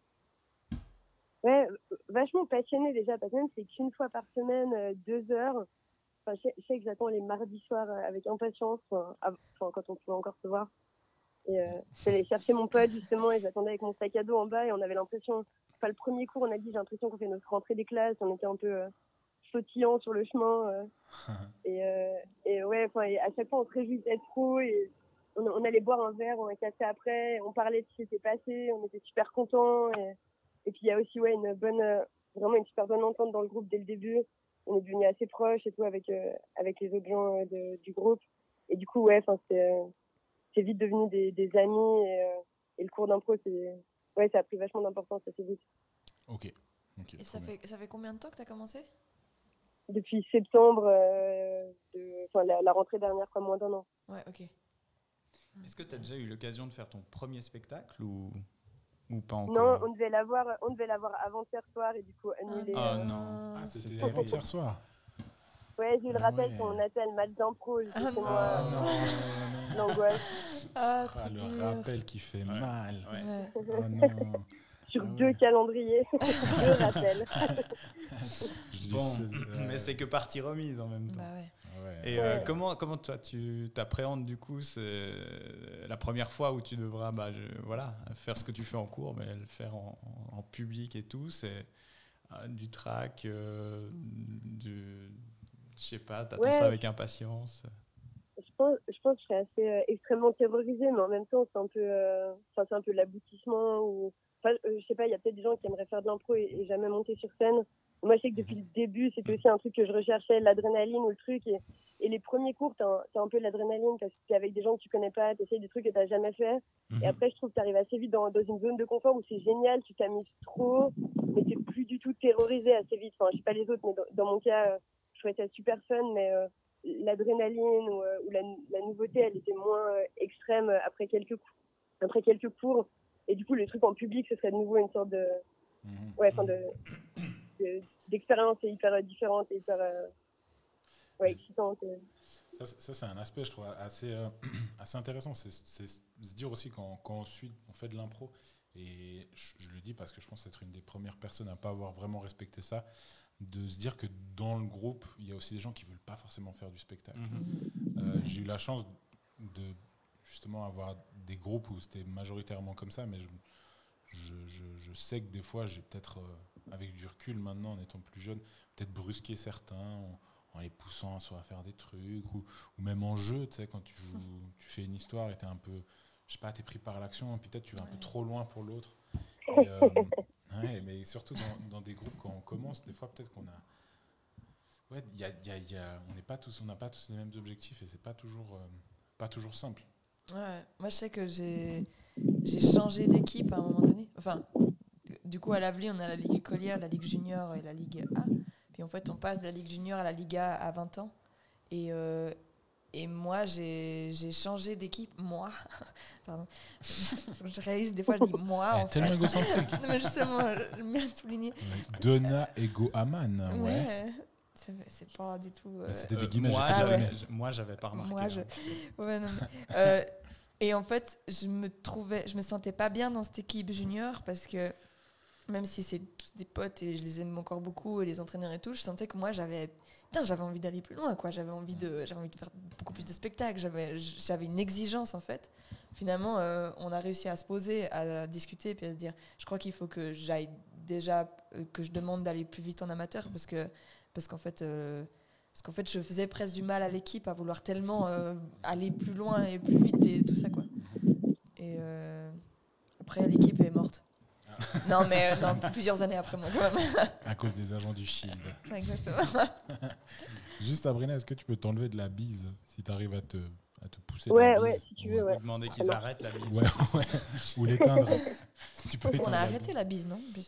Ouais, vachement passionnée déjà. Parce que même c'est qu'une fois par semaine, euh, deux heures. Enfin, je, sais, je sais que j'attends les mardis soirs euh, avec impatience, enfin, av- enfin, quand on pouvait encore se voir. Et euh, j'allais chercher mon pote justement et j'attendais avec mon sac à dos en bas et on avait l'impression, enfin le premier cours on a dit j'ai l'impression qu'on fait notre rentrée des classes, on était un peu euh, sautillants sur le chemin euh, et, euh, et ouais, enfin et à chaque fois on se réjouissait trop et on, on allait boire un verre, un café après, on parlait de ce qui s'était passé, on était super contents et, et puis il y a aussi ouais une bonne, euh, vraiment une super bonne entente dans le groupe dès le début, on est devenus assez proches et tout avec euh, avec les autres gens euh, de, du groupe et du coup ouais, enfin c'est euh, c'est vite devenu des, des amis et, euh, et le cours d'impro c'est ouais ça a pris vachement d'importance assez vite. Ok. ok, Et trop ça bien. fait, ça fait combien de temps que tu as commencé? Depuis septembre euh, de enfin la, la rentrée dernière quoi, moins d'un an. Ouais, ok. Est-ce que tu as déjà eu l'occasion de faire ton premier spectacle ou, ou pas Non, encore? on devait l'avoir on devait l'avoir avant-hier soir et du coup annulé. Ah euh. non. Ah, c'était C'était avant-hier soir. Ouais, j'ai eu le Ah rappel ouais. qu'on a fait le match d'impro, j'étais Ah chez non. moi, Ah non, euh, l'angoisse Ah, Ah, trop le dur. rappel qui fait Ouais. mal. Ouais. Ouais. Oh non. sur Ah deux ouais. calendriers, deux rappels. Je dis Bon, c'est- ouais. mais c'est que partie remise en même temps. Bah ouais. Ah ouais. Et euh, Ouais. comment, comment toi tu t'appréhendes du coup c'est la première fois où tu devras bah, je- voilà, faire ce que tu fais en cours, mais le faire en, en- en public et tout, c'est euh, du trac, euh, du, je sais pas, t'attends Ouais. ça avec impatience. Je pense, je pense que je serais assez euh, extrêmement terrorisée, mais en même temps, c'est un peu, euh, enfin, c'est un peu l'aboutissement. Ou, enfin, euh, je sais pas, il y a peut-être des gens qui aimeraient faire de l'impro et, et jamais monter sur scène. Moi, je sais que depuis le début, c'était aussi un truc que je recherchais, l'adrénaline ou le truc. Et, et les premiers cours, t'as un, t'as un peu l'adrénaline parce que t'es avec des gens que tu connais pas, t'essayes des trucs que t'as jamais fait. Mhm. Et après, je trouve que t'arrives assez vite dans, dans une zone de confort où c'est génial, tu t'amuses trop, mais t'es plus du tout terrorisé assez vite. Enfin, je sais pas les autres, mais dans, dans mon cas, euh, je trouvais ça super fun, mais euh, l'adrénaline ou, euh, ou la, la nouveauté, elle était moins euh, extrême après quelques, après quelques cours. Et du coup, le truc en public, ce serait de nouveau une sorte de... Mhm. Ouais, enfin de... de d'expérience est hyper différente et hyper euh, ouais, excitante. Ça, ça, c'est un aspect, je trouve, assez, euh, assez intéressant. C'est, c'est se dire aussi quand, quand on, suit, on fait de l'impro, et je, je le dis parce que je pense être une des premières personnes à ne pas avoir vraiment respecté ça, de se dire que dans le groupe, il y a aussi des gens qui ne veulent pas forcément faire du spectacle. Mhm. Euh, j'ai eu la chance de justement avoir des groupes où c'était majoritairement comme ça, mais je, je, je, je sais que des fois, j'ai peut-être, euh, avec du recul maintenant, en étant plus jeune, peut-être brusqué certains en, en les poussant soit à faire des trucs, ou, ou même en jeu, tu sais, quand tu joues, tu fais une histoire et t'es un peu, je sais pas, t'es pris par l'action, puis peut-être tu vas un peu trop loin pour l'autre. Et, euh, ouais, mais surtout dans, dans des groupes, quand on commence, des fois, peut-être qu'on a... Ouais, y a, y a, y a, on n'est pas tous, on n'a pas tous les mêmes objectifs et c'est pas toujours, euh, pas toujours simple. Ouais, moi je sais que j'ai j'ai changé d'équipe à un moment donné. Enfin, du coup à l'Avely on a la ligue écolière, la ligue junior et la ligue A. Puis en fait on passe de la ligue junior à la ligue A à vingt ans. Et, euh, et moi j'ai j'ai changé d'équipe, moi. Pardon. Je réalise des fois je dis moi. Eh, En tellement fait. égocentrique. Non mais justement, j'aime bien le souligner. Donna Ego Aman, ouais. Ouais. C'est, c'est pas du tout. euh, Mais c'était des Euh, guillemets, moi, j'ai fait Ah des ouais. guillemets. j'avais, moi, j'avais pas remarqué. Moi, je- hein. Ouais, non, mais, euh, et en fait, je me trouvais, je me sentais pas bien dans cette équipe junior parce que même si c'est tous des potes et je les aime encore beaucoup et les entraîneurs et tout, je sentais que moi j'avais, putain, j'avais envie d'aller plus loin, quoi. J'avais envie de, j'avais envie de faire beaucoup plus de spectacles. J'avais, j'avais une exigence en fait. Finalement, euh, on a réussi à se poser, à discuter, puis à se dire, je crois qu'il faut que j'aille déjà, euh, que je demande d'aller plus vite en amateur parce que, parce qu'en fait. Euh, Parce qu'en fait, je faisais presque du mal à l'équipe à vouloir tellement euh, aller plus loin et plus vite et tout ça, quoi. Et euh, après, l'équipe est morte. Ah. Non, mais euh, non, plusieurs années après moi, quand même. À cause des agents du Shield. Exactement. Juste, Sabrina, est-ce que tu peux t'enlever de la bise si tu arrives à te, à te pousser Ouais, de la ouais, bise si tu veux, ouais. Demander qu'ils arrêtent la bise. Ouais, ouais. Ou l'éteindre. Si tu peux On éteindre a la arrêté bise. la bise, non en plus.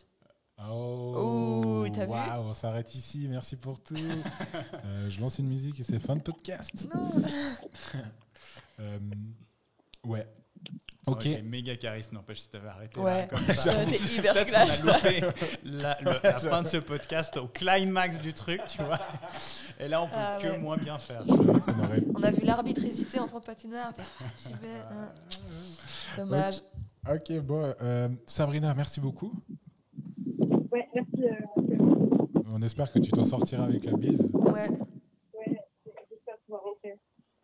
Oh, Oh, t'as vu? waouh, on s'arrête ici. Merci pour tout. Euh, je lance une musique et c'est fin de podcast. Non. Euh, ouais. Ça Ok. aurait été méga charisme, n'empêche si t'avais arrêté Ouais, là, comme ça ça. aurait été hyper Peut-être qu'on a classe. loupé la, le- la fin de ce podcast au climax du truc, tu vois. Et là, on peut Ah, que ouais. moins bien faire. On aurait- On a vu l'arbitre hésiter en fond de patinoire. J'y vais. hein. Dommage. Ok, bon. euh, Sabrina, merci beaucoup. Ouais, merci. Euh, On espère que tu t'en sortiras avec la bise. Ouais. ouais, j'espère pouvoir rentrer.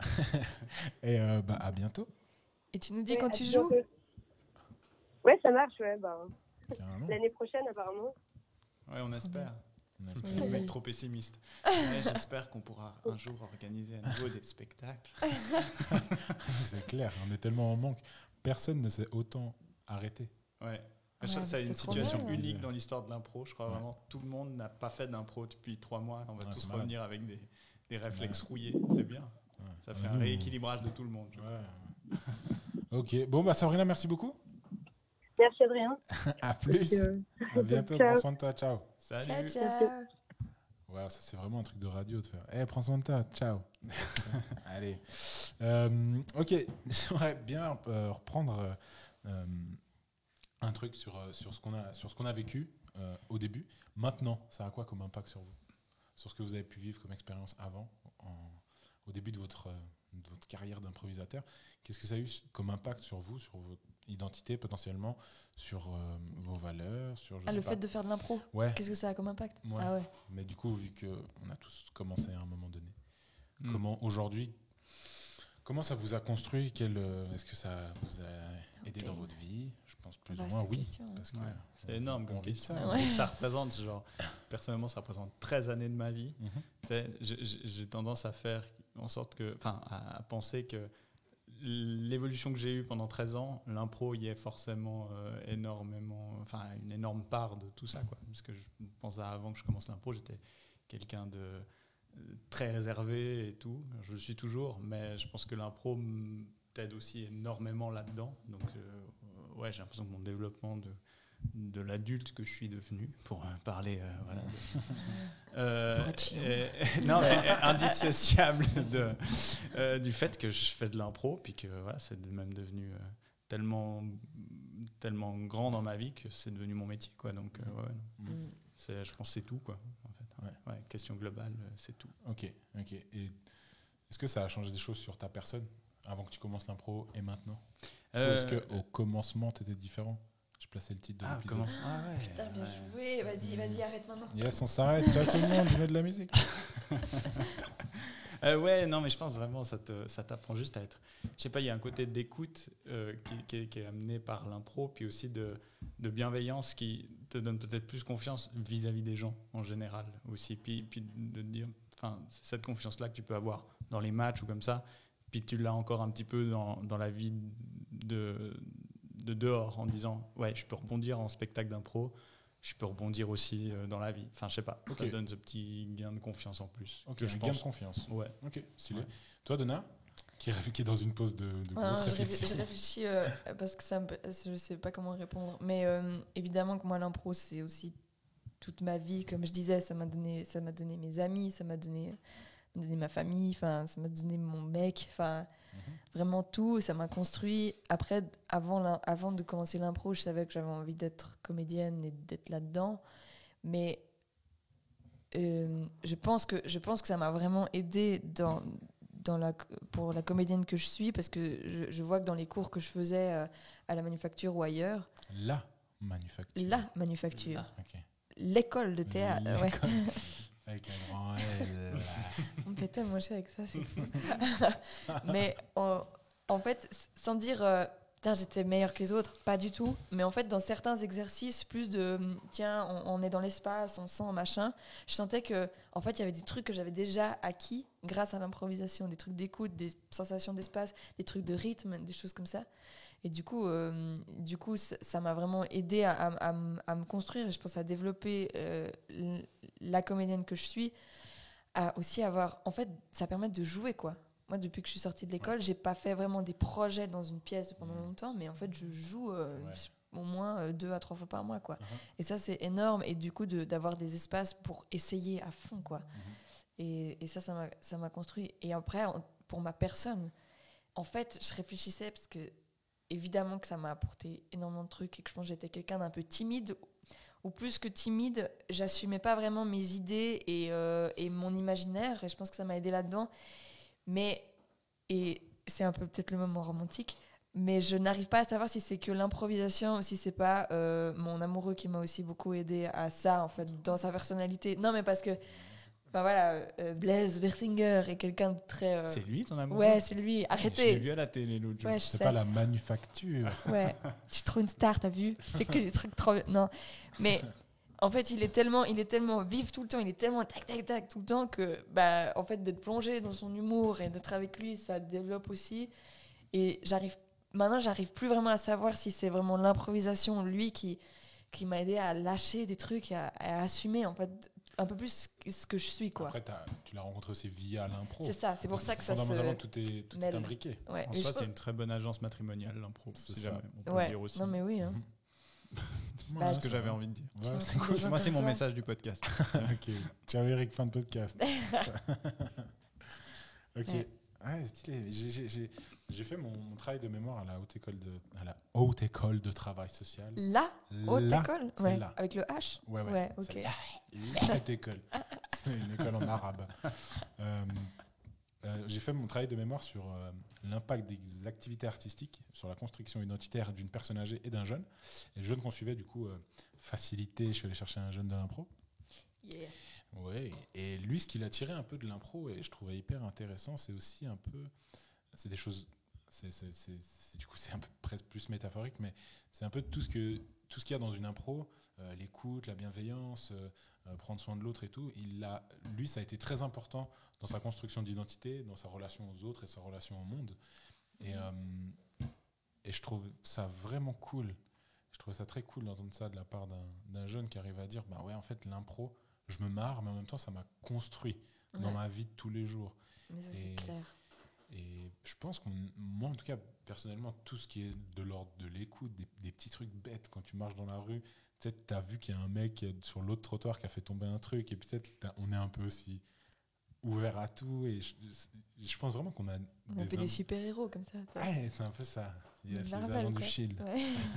Et euh, bah, à bientôt. Et tu nous dis Ouais, quand à tu bientôt. joues? Ouais, ça marche, ouais. Bah, Carrément. l'année prochaine, apparemment. Ouais, on espère. On espère. Oui, Le oui. mec trop pessimiste. Ouais, j'espère qu'on pourra un jour organiser à nouveau des spectacles. C'est clair, on est tellement en manque. Personne ne s'est autant arrêté. Ouais. Ouais, ça, ça a c'était une trop situation bien, ouais. unique dans l'histoire de l'impro. Je crois Ouais. vraiment tout le monde n'a pas fait d'impro depuis trois mois. On va Ouais, tous c'est malade. revenir avec des, des réflexes malade. rouillés. C'est bien. Ouais. Ça Ouais, fait un nous, rééquilibrage de tout le monde. je Ouais, crois. ouais. Ok, bon, bah Sabrina, merci beaucoup. Merci, Adrien. À plus. Euh, À bientôt. Ciao. Prends soin de toi. Ciao. Salut. Ciao, ciao. Ouais, ça c'est vraiment un truc de radio de faire. Eh, prends soin de toi. Ciao. Allez. Euh, ok, j'aimerais bien euh, reprendre euh, un truc sur, euh, sur ce qu'on a, sur ce qu'on a vécu euh, au début. Maintenant, ça a quoi comme impact sur vous? Sur ce que vous avez pu vivre comme expérience avant, en- au début de votre, euh, de votre carrière d'improvisateur. Qu'est-ce que ça a eu comme impact sur vous, sur votre identité potentiellement, sur euh, vos valeurs, sur je Ah, sais le pas. fait de faire de l'impro, Ouais, qu'est-ce que ça a comme impact? Ouais. Ah ouais. mais du coup, vu qu'on a tous commencé à un moment donné, Mm. comment aujourd'hui, comment ça vous a construit? Quel, euh, Est-ce que ça vous a aidé Ok. dans votre vie? Je pense plus Vaste ou moins oui. question, hein. Parce que Ouais, on- c'est énorme on comme vit de question. ça. Ouais. Donc ça représente, genre, personnellement, ça représente treize années de ma vie. Mhm. Tu sais, j'ai- j'ai j'ai tendance à faire en sorte que, enfin, à, à penser que l'évolution que j'ai eue pendant treize ans, l'impro y est forcément euh, énormément, enfin une énorme part de tout ça, quoi. Parce que je pense à avant que je commence l'impro, j'étais quelqu'un de euh, très réservé et tout. Je le suis toujours, mais je pense que l'impro t'aide aussi énormément là-dedans. Donc euh, ouais, j'ai l'impression que mon développement de de l'adulte que je suis devenu, pour euh, parler euh, voilà, de, euh, et, non, mais indissociable de, euh, du fait que je fais de l'impro, puis que voilà, c'est même devenu euh, tellement, tellement grand dans ma vie que c'est devenu mon métier, quoi. Donc, euh, ouais, Mm. c'est, je pense que c'est tout, quoi, en fait. Ouais. Ouais, question globale, c'est tout. Ok, ok. Et est-ce que ça a changé des choses sur ta personne avant que tu commences l'impro et maintenant Euh, Ou est-ce qu'au commencement, tu étais différent? Je plaçais le titre de ah, l'épisode. comment ah, ouais, Putain, bien ouais. joué. Vas-y, vas-y, arrête maintenant. Yes, on s'arrête. Ciao tout le monde, je mets de la musique. Euh, ouais, non, mais je pense vraiment ça te, ça t'apprend juste à être. Je sais pas, il y a un côté d'écoute euh, qui, qui, est, qui est amené par l'impro, puis aussi de, de bienveillance qui te donne peut-être plus confiance vis-à-vis des gens en général aussi. Puis, puis de te dire, enfin, c'est cette confiance-là que tu peux avoir dans les matchs ou comme ça. Puis tu l'as encore un petit peu dans, dans la vie de, de dehors en disant, ouais, je peux rebondir en spectacle d'impro. Je peux rebondir aussi euh, dans la vie. Enfin, je sais pas. Okay. Ça donne ce petit gain de confiance en plus. Ok, que un je gain pense. de confiance. Ouais. Ok, stylé. Ouais. Toi, Donna, qui, qui est dans une pause de, de Ah, grosse non, je, réflexion. réfléchis, je réfléchis euh, parce que ça me, je sais pas comment répondre. Mais euh, évidemment que moi, l'impro, c'est aussi toute ma vie. Comme je disais, ça m'a donné, ça m'a donné mes amis, ça m'a donné, donné ma famille, enfin, ça m'a donné mon mec, enfin, mm-hmm. vraiment tout. Ça m'a construit. Après, avant, avant de commencer l'impro, je savais que j'avais envie d'être comédienne et d'être là-dedans. Mais euh, je pense que je pense que ça m'a vraiment aidée dans dans la pour la comédienne que je suis, parce que je, je vois que dans les cours que je faisais euh, à la Manufacture ou ailleurs, la manufacture, la manufacture, ah, okay. l'école de théâtre, l'école. Ouais. Avec un grand L. On me fait tellement chier avec ça, c'est fou. Mais en, en fait, sans dire euh, tiens, j'étais meilleure que les autres, pas du tout. Mais en fait, dans certains exercices, plus de tiens, on, on est dans l'espace, on sent machin, je sentais que, en fait, il y avait des trucs que j'avais déjà acquis grâce à l'improvisation, des trucs d'écoute, des sensations d'espace, des trucs de rythme, des choses comme ça. Et du coup, euh, du coup ça, ça m'a vraiment aidé à, à, à, à me construire, et je pense à développer euh, la comédienne que je suis, à aussi avoir, en fait, ça permet de jouer, quoi. Moi, depuis que je suis sortie de l'école, ouais. j'ai pas fait vraiment des projets dans une pièce pendant longtemps, mais en fait, je joue euh, ouais. au moins euh, deux à trois fois par mois, quoi. Uh-huh. Et ça, c'est énorme. Et du coup, de, d'avoir des espaces pour essayer à fond, quoi. Uh-huh. Et, et ça, ça m'a, ça m'a construit. Et après, pour ma personne, en fait, je réfléchissais parce que évidemment que ça m'a apporté énormément de trucs et que je pense que j'étais quelqu'un d'un peu timide, ou plus que timide, j'assumais pas vraiment mes idées et, euh, et mon imaginaire, et je pense que ça m'a aidé là-dedans. Mais, et c'est un peu peut-être le moment romantique, mais je n'arrive pas à savoir si c'est que l'improvisation ou si c'est pas euh, mon amoureux qui m'a aussi beaucoup aidé à ça, en fait, dans sa personnalité. Non, mais parce que enfin voilà, euh, Blaise Bertinger est quelqu'un de très... Euh... C'est lui ton amoureux ? Ouais, c'est lui, arrêtez. Je l'ai vu à la télé l'autre jour. Ouais, c'est sais. pas la manufacture. Ouais, tu es trop une star, t'as vu ? Il fait que des trucs trop... Non, mais en fait, il est tellement, il est tellement vif tout le temps, il est tellement tac, tac, tac tout le temps que, bah, en fait, d'être plongé dans son humour et d'être avec lui, ça développe aussi. Et j'arrive... Maintenant, j'arrive plus vraiment à savoir si c'est vraiment l'improvisation, lui, qui, qui m'a aidé à lâcher des trucs et à, à assumer, en fait, un peu plus ce que je suis, quoi. Après, tu l'as rencontré aussi via l'impro. C'est ça, c'est pour donc, ça que ça se... Fondamentalement, tout est, tout est imbriqué. Ouais. En mais soi, je c'est une très bonne agence matrimoniale, l'impro. C'est si ça. jamais, on peut ouais. le dire aussi. Non, mais oui. Hein. Mm-hmm. c'est bah, ce que j'avais envie de dire. Ouais, c'est cool. Moi, c'est mon toi. message du podcast. Ok. Ciao Eric, fin de podcast. Ok. Ouais. Ouais, stylé. J'ai, j'ai, j'ai, j'ai fait mon, mon travail de mémoire à la haute école de, à la haute école de travail social. La haute la, école, c'est ouais. là. Avec le H. Ouais, ouais. ouais ok. C'est la, la haute école. C'est une école en arabe. Euh, euh, j'ai fait mon travail de mémoire sur euh, l'impact des activités artistiques sur la construction identitaire d'une personne âgée et d'un jeune. Et le jeune qu'on suivait, du coup, euh, facilité. Je suis allé chercher un jeune de l'impro. Yeah. Ouais, et lui, ce qu'il a tiré un peu de l'impro, et je trouvais hyper intéressant, c'est aussi un peu, c'est des choses, c'est, c'est, c'est, c'est, du coup, c'est un peu presque plus métaphorique, mais c'est un peu tout ce que tout ce qu'il y a dans une impro, euh, l'écoute, la bienveillance, euh, euh, prendre soin de l'autre et tout. Il a, lui, ça a été très important dans sa construction d'identité, dans sa relation aux autres et sa relation au monde. Et, euh, et je trouve ça vraiment cool. Je trouve ça très cool d'entendre ça de la part d'un, d'un jeune qui arrive à dire bah ouais, en fait, l'impro, je me marre, mais en même temps, ça m'a construit dans Ouais. ma vie de tous les jours. Mais ça, Et- c'est clair. Et je pense qu'on, moi en tout cas, personnellement, tout ce qui est de l'ordre de l'écoute, des, des petits trucs bêtes, quand tu marches dans la rue, peut-être tu as vu qu'il y a un mec sur l'autre trottoir qui a fait tomber un truc, et peut-être t'as- on est un peu aussi ouvert à tout. Et je, je pense vraiment qu'on a On a un peu im- des super-héros comme ça. tu vois. Ouais, c'est un peu ça. Yes, les Marvel, agents du quoi. Shield. Ouais.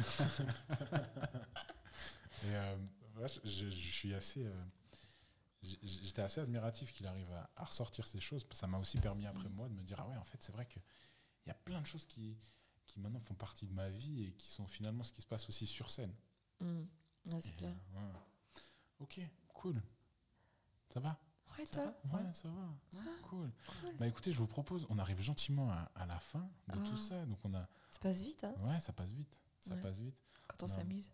Et euh, ouais, je, je- je suis assez. euh, j'- J'étais assez admiratif qu'il arrive à, à ressortir ces choses. Ça m'a aussi permis après moi de me dire ah ouais, en fait, c'est vrai qu'il y a plein de choses qui, qui maintenant font partie de ma vie et qui sont finalement ce qui se passe aussi sur scène. Mm. Ouais, c'est Et, clair. euh, ouais. Ok, cool. Ça va? Ouais, Ça toi va Ouais, ça va. Cool. Cool. Bah écoutez, je vous propose, on arrive gentiment à, à la fin de Ah. tout ça. Donc on a. Ça passe vite, hein, Ouais, ça passe vite. Ça Ouais. passe vite. quand on Non. s'amuse.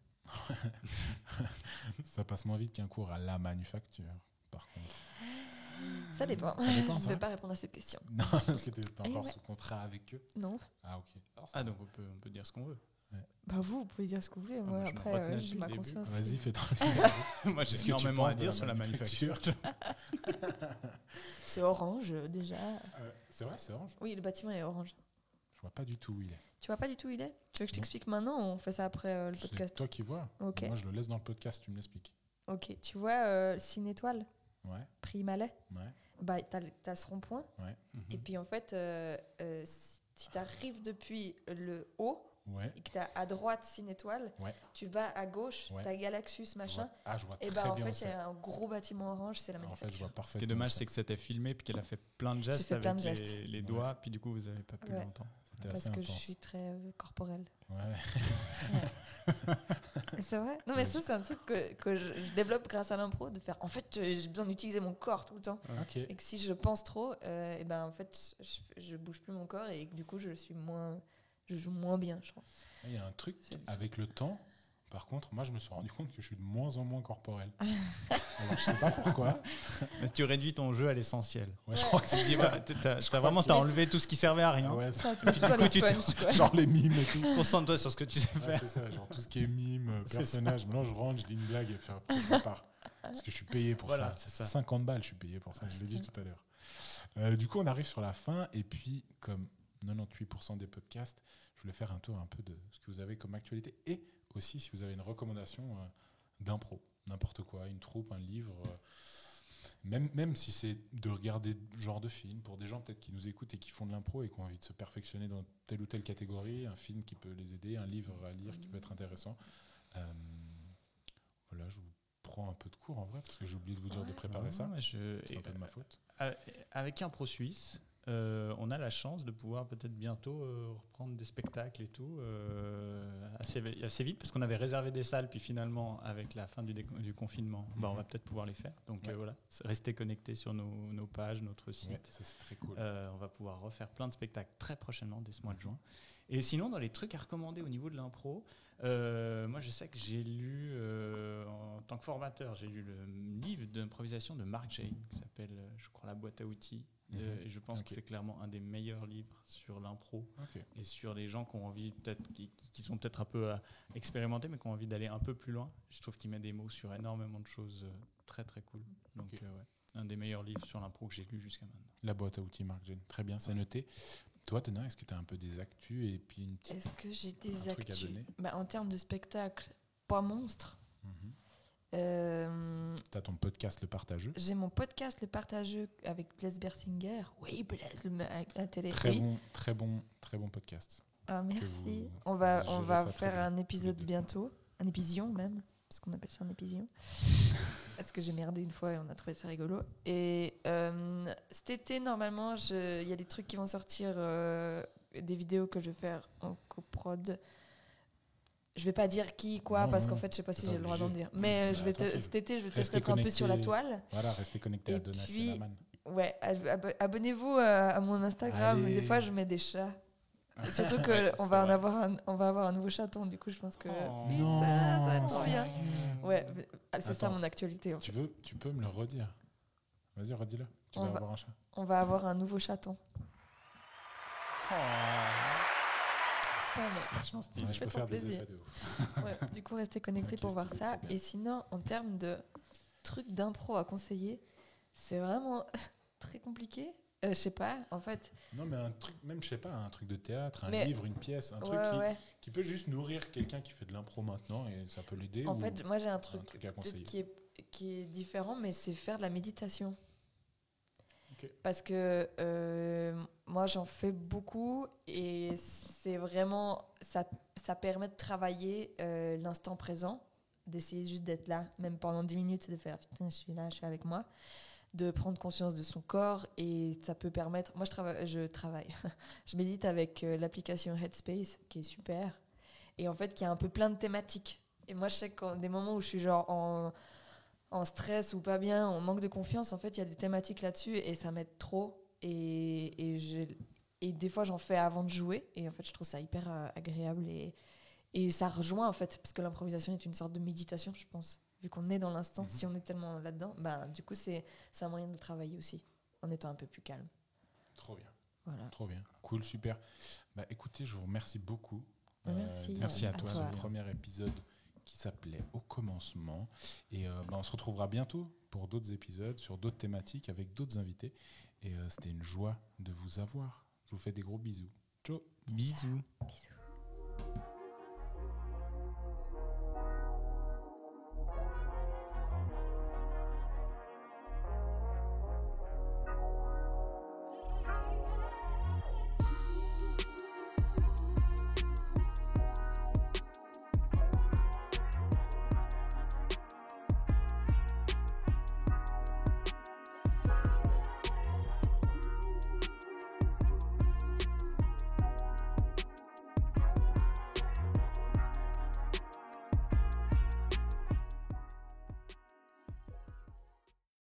Ça passe moins vite qu'un cours à la manufacture, par contre. Ça dépend. Ça dépend, Je ça ne vais va pas répondre à cette question. Non, parce que t'es t'es Eh encore ouais. sous contrat avec eux. Non. Ah, ok. Ah, donc on peut, on peut dire ce qu'on veut. Bah vous, vous pouvez dire ce que vous voulez. Moi, moi, je me après, retenais euh, depuis j'ai le ma début. conscience. Vas-y, qui- fais ton Moi, j'ai Qu'est-ce que tu énormément penses à de dire la sur la manufacture. C'est orange, euh, déjà. Euh, c'est vrai, c'est orange. Oui, le bâtiment est orange. Je vois pas du tout où il est. Tu vois pas du tout où il est? Tu veux que je Non. t'explique maintenant ou on fait ça après euh, le C'est podcast? toi qui vois. Ok. Moi, je le laisse dans le podcast, tu me l'expliques. Ok. Tu vois euh, Cine Étoile, Ouais, Prix Malais? ouais, Bah, t'as, le- t'as ce rond-point. ouais. Et puis en fait, euh, euh, si si t'arrives depuis le haut Ouais. et que t'as à droite Cine Étoile, Ouais. tu vas à gauche, Ouais. t'as Galaxus, Je machin. vois- Ah, je vois Et très bah en bien où fait, il y c'est. a un gros bâtiment orange, c'est la En fait, je manufacture. vois Ce parfaitement. qui est dommage, où c'est que c'était filmé puis qu'elle a fait plein de gestes fait avec plein de les, gestes. les Ouais. doigts, puis du coup, vous n'avez pas pu Ouais. longtemps. C'était Parce assez que je intense. suis très euh, corporelle. Ouais. C'est vrai? Non, mais ça, c'est un truc que, que je, je développe grâce à l'impro, de faire. En fait, euh, j'ai besoin d'utiliser mon corps tout le temps. Ok. Et que si je pense trop, euh, et ben en fait, je, je bouge plus mon corps et que du coup, je suis moins. Je joue moins bien, je pense. Il y a un truc C'est le avec le temps. Par contre, moi, je me suis rendu compte que je suis de moins en moins corporel. Alors, je sais pas pourquoi. Mais tu réduis ton jeu à l'essentiel. Ouais, je Ouais. crois que c'est Tu dis, ça. bah, t'as- t'as- t'as crois vraiment que- t'as enlevé tout ce qui servait à rien. Ouais, Ça, puis, du coup, tu te- genre les mimes et tout. Concentre-toi sur ce que tu sais Ouais, faire. c'est ça, genre tout ce qui est mime, euh, C'est personnage. Maintenant, je rentre, je dis une blague et puis après, je repars. Parce que je suis payé pour Voilà, ça. c'est ça. cinquante balles, je suis payé pour ça. Je l'ai dit putain. tout à l'heure. Euh, du coup, on arrive sur la fin. Et puis, comme quatre-vingt-dix-huit pour cent des podcasts, je voulais faire un tour un peu de ce que vous avez comme actualité. Et aussi, si vous avez une recommandation euh, d'impro, n'importe quoi, une troupe, un livre. euh, Même, même si c'est de regarder ce genre de film, pour des gens peut-être qui nous écoutent et qui font de l'impro et qui ont envie de se perfectionner dans telle ou telle catégorie, un film qui peut les aider, un livre à lire qui peut être intéressant. Euh, voilà, je vous prends un peu de cours en vrai, parce que j'ai oublié de vous dire de Ouais. préparer Non, ça. mais je- C'est un peu de ma faute. Euh, Avec un pro suisse, euh, on a la chance de pouvoir peut-être bientôt euh, reprendre des spectacles et tout euh, assez, assez vite parce qu'on avait réservé des salles puis finalement avec la fin du, dé- du confinement, bah, on va peut-être pouvoir les faire. Donc Ouais. euh, voilà, restez connectés sur nos, nos pages, notre site. Ouais, ça c'est très cool. Euh, on va pouvoir refaire plein de spectacles très prochainement, dès ce mois de juin. Et sinon, dans les trucs à recommander au niveau de l'impro, euh, moi je sais que j'ai lu, euh, en tant que formateur, j'ai lu le livre d'improvisation de Mark Jane qui s'appelle, euh, je crois, La boîte à outils. Mhm. Euh, et je pense Ok. que c'est clairement un des meilleurs livres sur l'impro Ok. et sur les gens qui ont envie, peut-être, qui, qui- qui sont peut-être un peu euh, expérimentés, mais qui ont envie d'aller un peu plus loin. Je trouve qu'il met des mots sur énormément de choses euh, très très cool. Donc, Ok. euh, ouais, un des meilleurs livres sur l'impro que j'ai lu jusqu'à maintenant. La boîte à outils Marc Jane. Très bien, c'est noté. Toi, Tena, est-ce que tu as un peu des actus et puis une petite. Est-ce que j'ai des Un truc à actus? donner Bah, en termes de spectacle, pas monstre. Mhm. Euh, T'as ton podcast Le Partageux. j'ai mon podcast Le Partageux avec Blaise Bersinger. Oui, Blaise, le, à la télé. Très oui. bon, très bon, très bon podcast. Ah, merci. vous- on va, vous on gérez va ça très faire bien, un tous les épisode deux. bientôt. Un épision même, parce qu'on appelle ça un épision. Parce que j'ai merdé une fois et on a trouvé ça rigolo. Et euh, cet été, normalement, je- il y a des trucs qui vont sortir, euh, des vidéos que je vais faire en coprod. Je vais pas dire qui, quoi, Non, parce non, qu'en fait, je sais pas t'es si pas j'ai le droit d'en obligé. dire. Mais Bah, je vais peut-être- tranquille. cet été, je vais peut-être Restez être un peu sur la connectés. toile. Voilà, restez connectés à Et Donas puis- et Laman. Ouais, ab- ab- abonnez-vous à, à mon Instagram. Allez. Des fois, je mets des chats. Surtout qu'on Ouais, on c'est va en vrai. avoir un, on va avoir un nouveau chaton. Du coup, je pense que Oh. Putain, Non, ça va être trop bien. sérieux Ouais, c'est ça Attends. mon actualité. En Tu fait. veux, tu peux me le redire. Vas-y, redis-le. Tu On vas va- avoir un chat. On va avoir un nouveau chaton. Oh. Putain, mec. Vachement stylé. Ouais, je peux Fais-toi faire des plaisir. effets de ouf. Ouais, du coup, restez connectés Ok, pour voir stylé, ça. très bien. Et sinon, en termes de trucs d'impro à conseiller, c'est vraiment très compliqué. Euh, je sais pas, en fait. Non, mais un truc, même, je sais pas, un truc de théâtre, un Mais- livre, une pièce, un Ouais, truc qui, ouais. qui peut juste nourrir quelqu'un qui fait de l'impro maintenant et ça peut l'aider. En ou fait, moi, j'ai un truc, truc à peut-être conseiller. qui est, qui est différent, mais c'est faire de la méditation. Ok. Parce que euh, moi, j'en fais beaucoup et c'est vraiment. Ça, ça permet de travailler euh, l'instant présent, d'essayer juste d'être là, même pendant dix minutes, de faire putain, je suis là, je suis avec moi, de prendre conscience de son corps et ça peut permettre. Moi, je travaille, je, travaille. je médite avec euh, l'application Headspace qui est super et en fait, qui a un peu plein de thématiques. Et moi, je sais que des moments où je suis genre en. en stress ou pas bien, en manque de confiance, en fait, il y a des thématiques là-dessus et ça m'aide trop. Et, et, j'ai- et des fois, j'en fais avant de jouer et en fait, je trouve ça hyper euh, agréable et, et ça rejoint en fait, parce que l'improvisation est une sorte de méditation, je pense. Vu qu'on est dans l'instant, Mhm. si on est tellement là-dedans, ben, du coup, c'est, c'est un moyen de travailler aussi, en étant un peu plus calme. Trop bien. Voilà. Trop bien. Cool, super. Bah, écoutez, je vous remercie beaucoup. Merci, merci à, à toi, toi. ce premier épisode qui s'appelait Au commencement. Et euh, bah, on se retrouvera bientôt pour d'autres épisodes, sur d'autres thématiques, avec d'autres invités. Et euh, c'était une joie de vous avoir. Je vous fais des gros bisous. Ciao. Bisous. Bisous.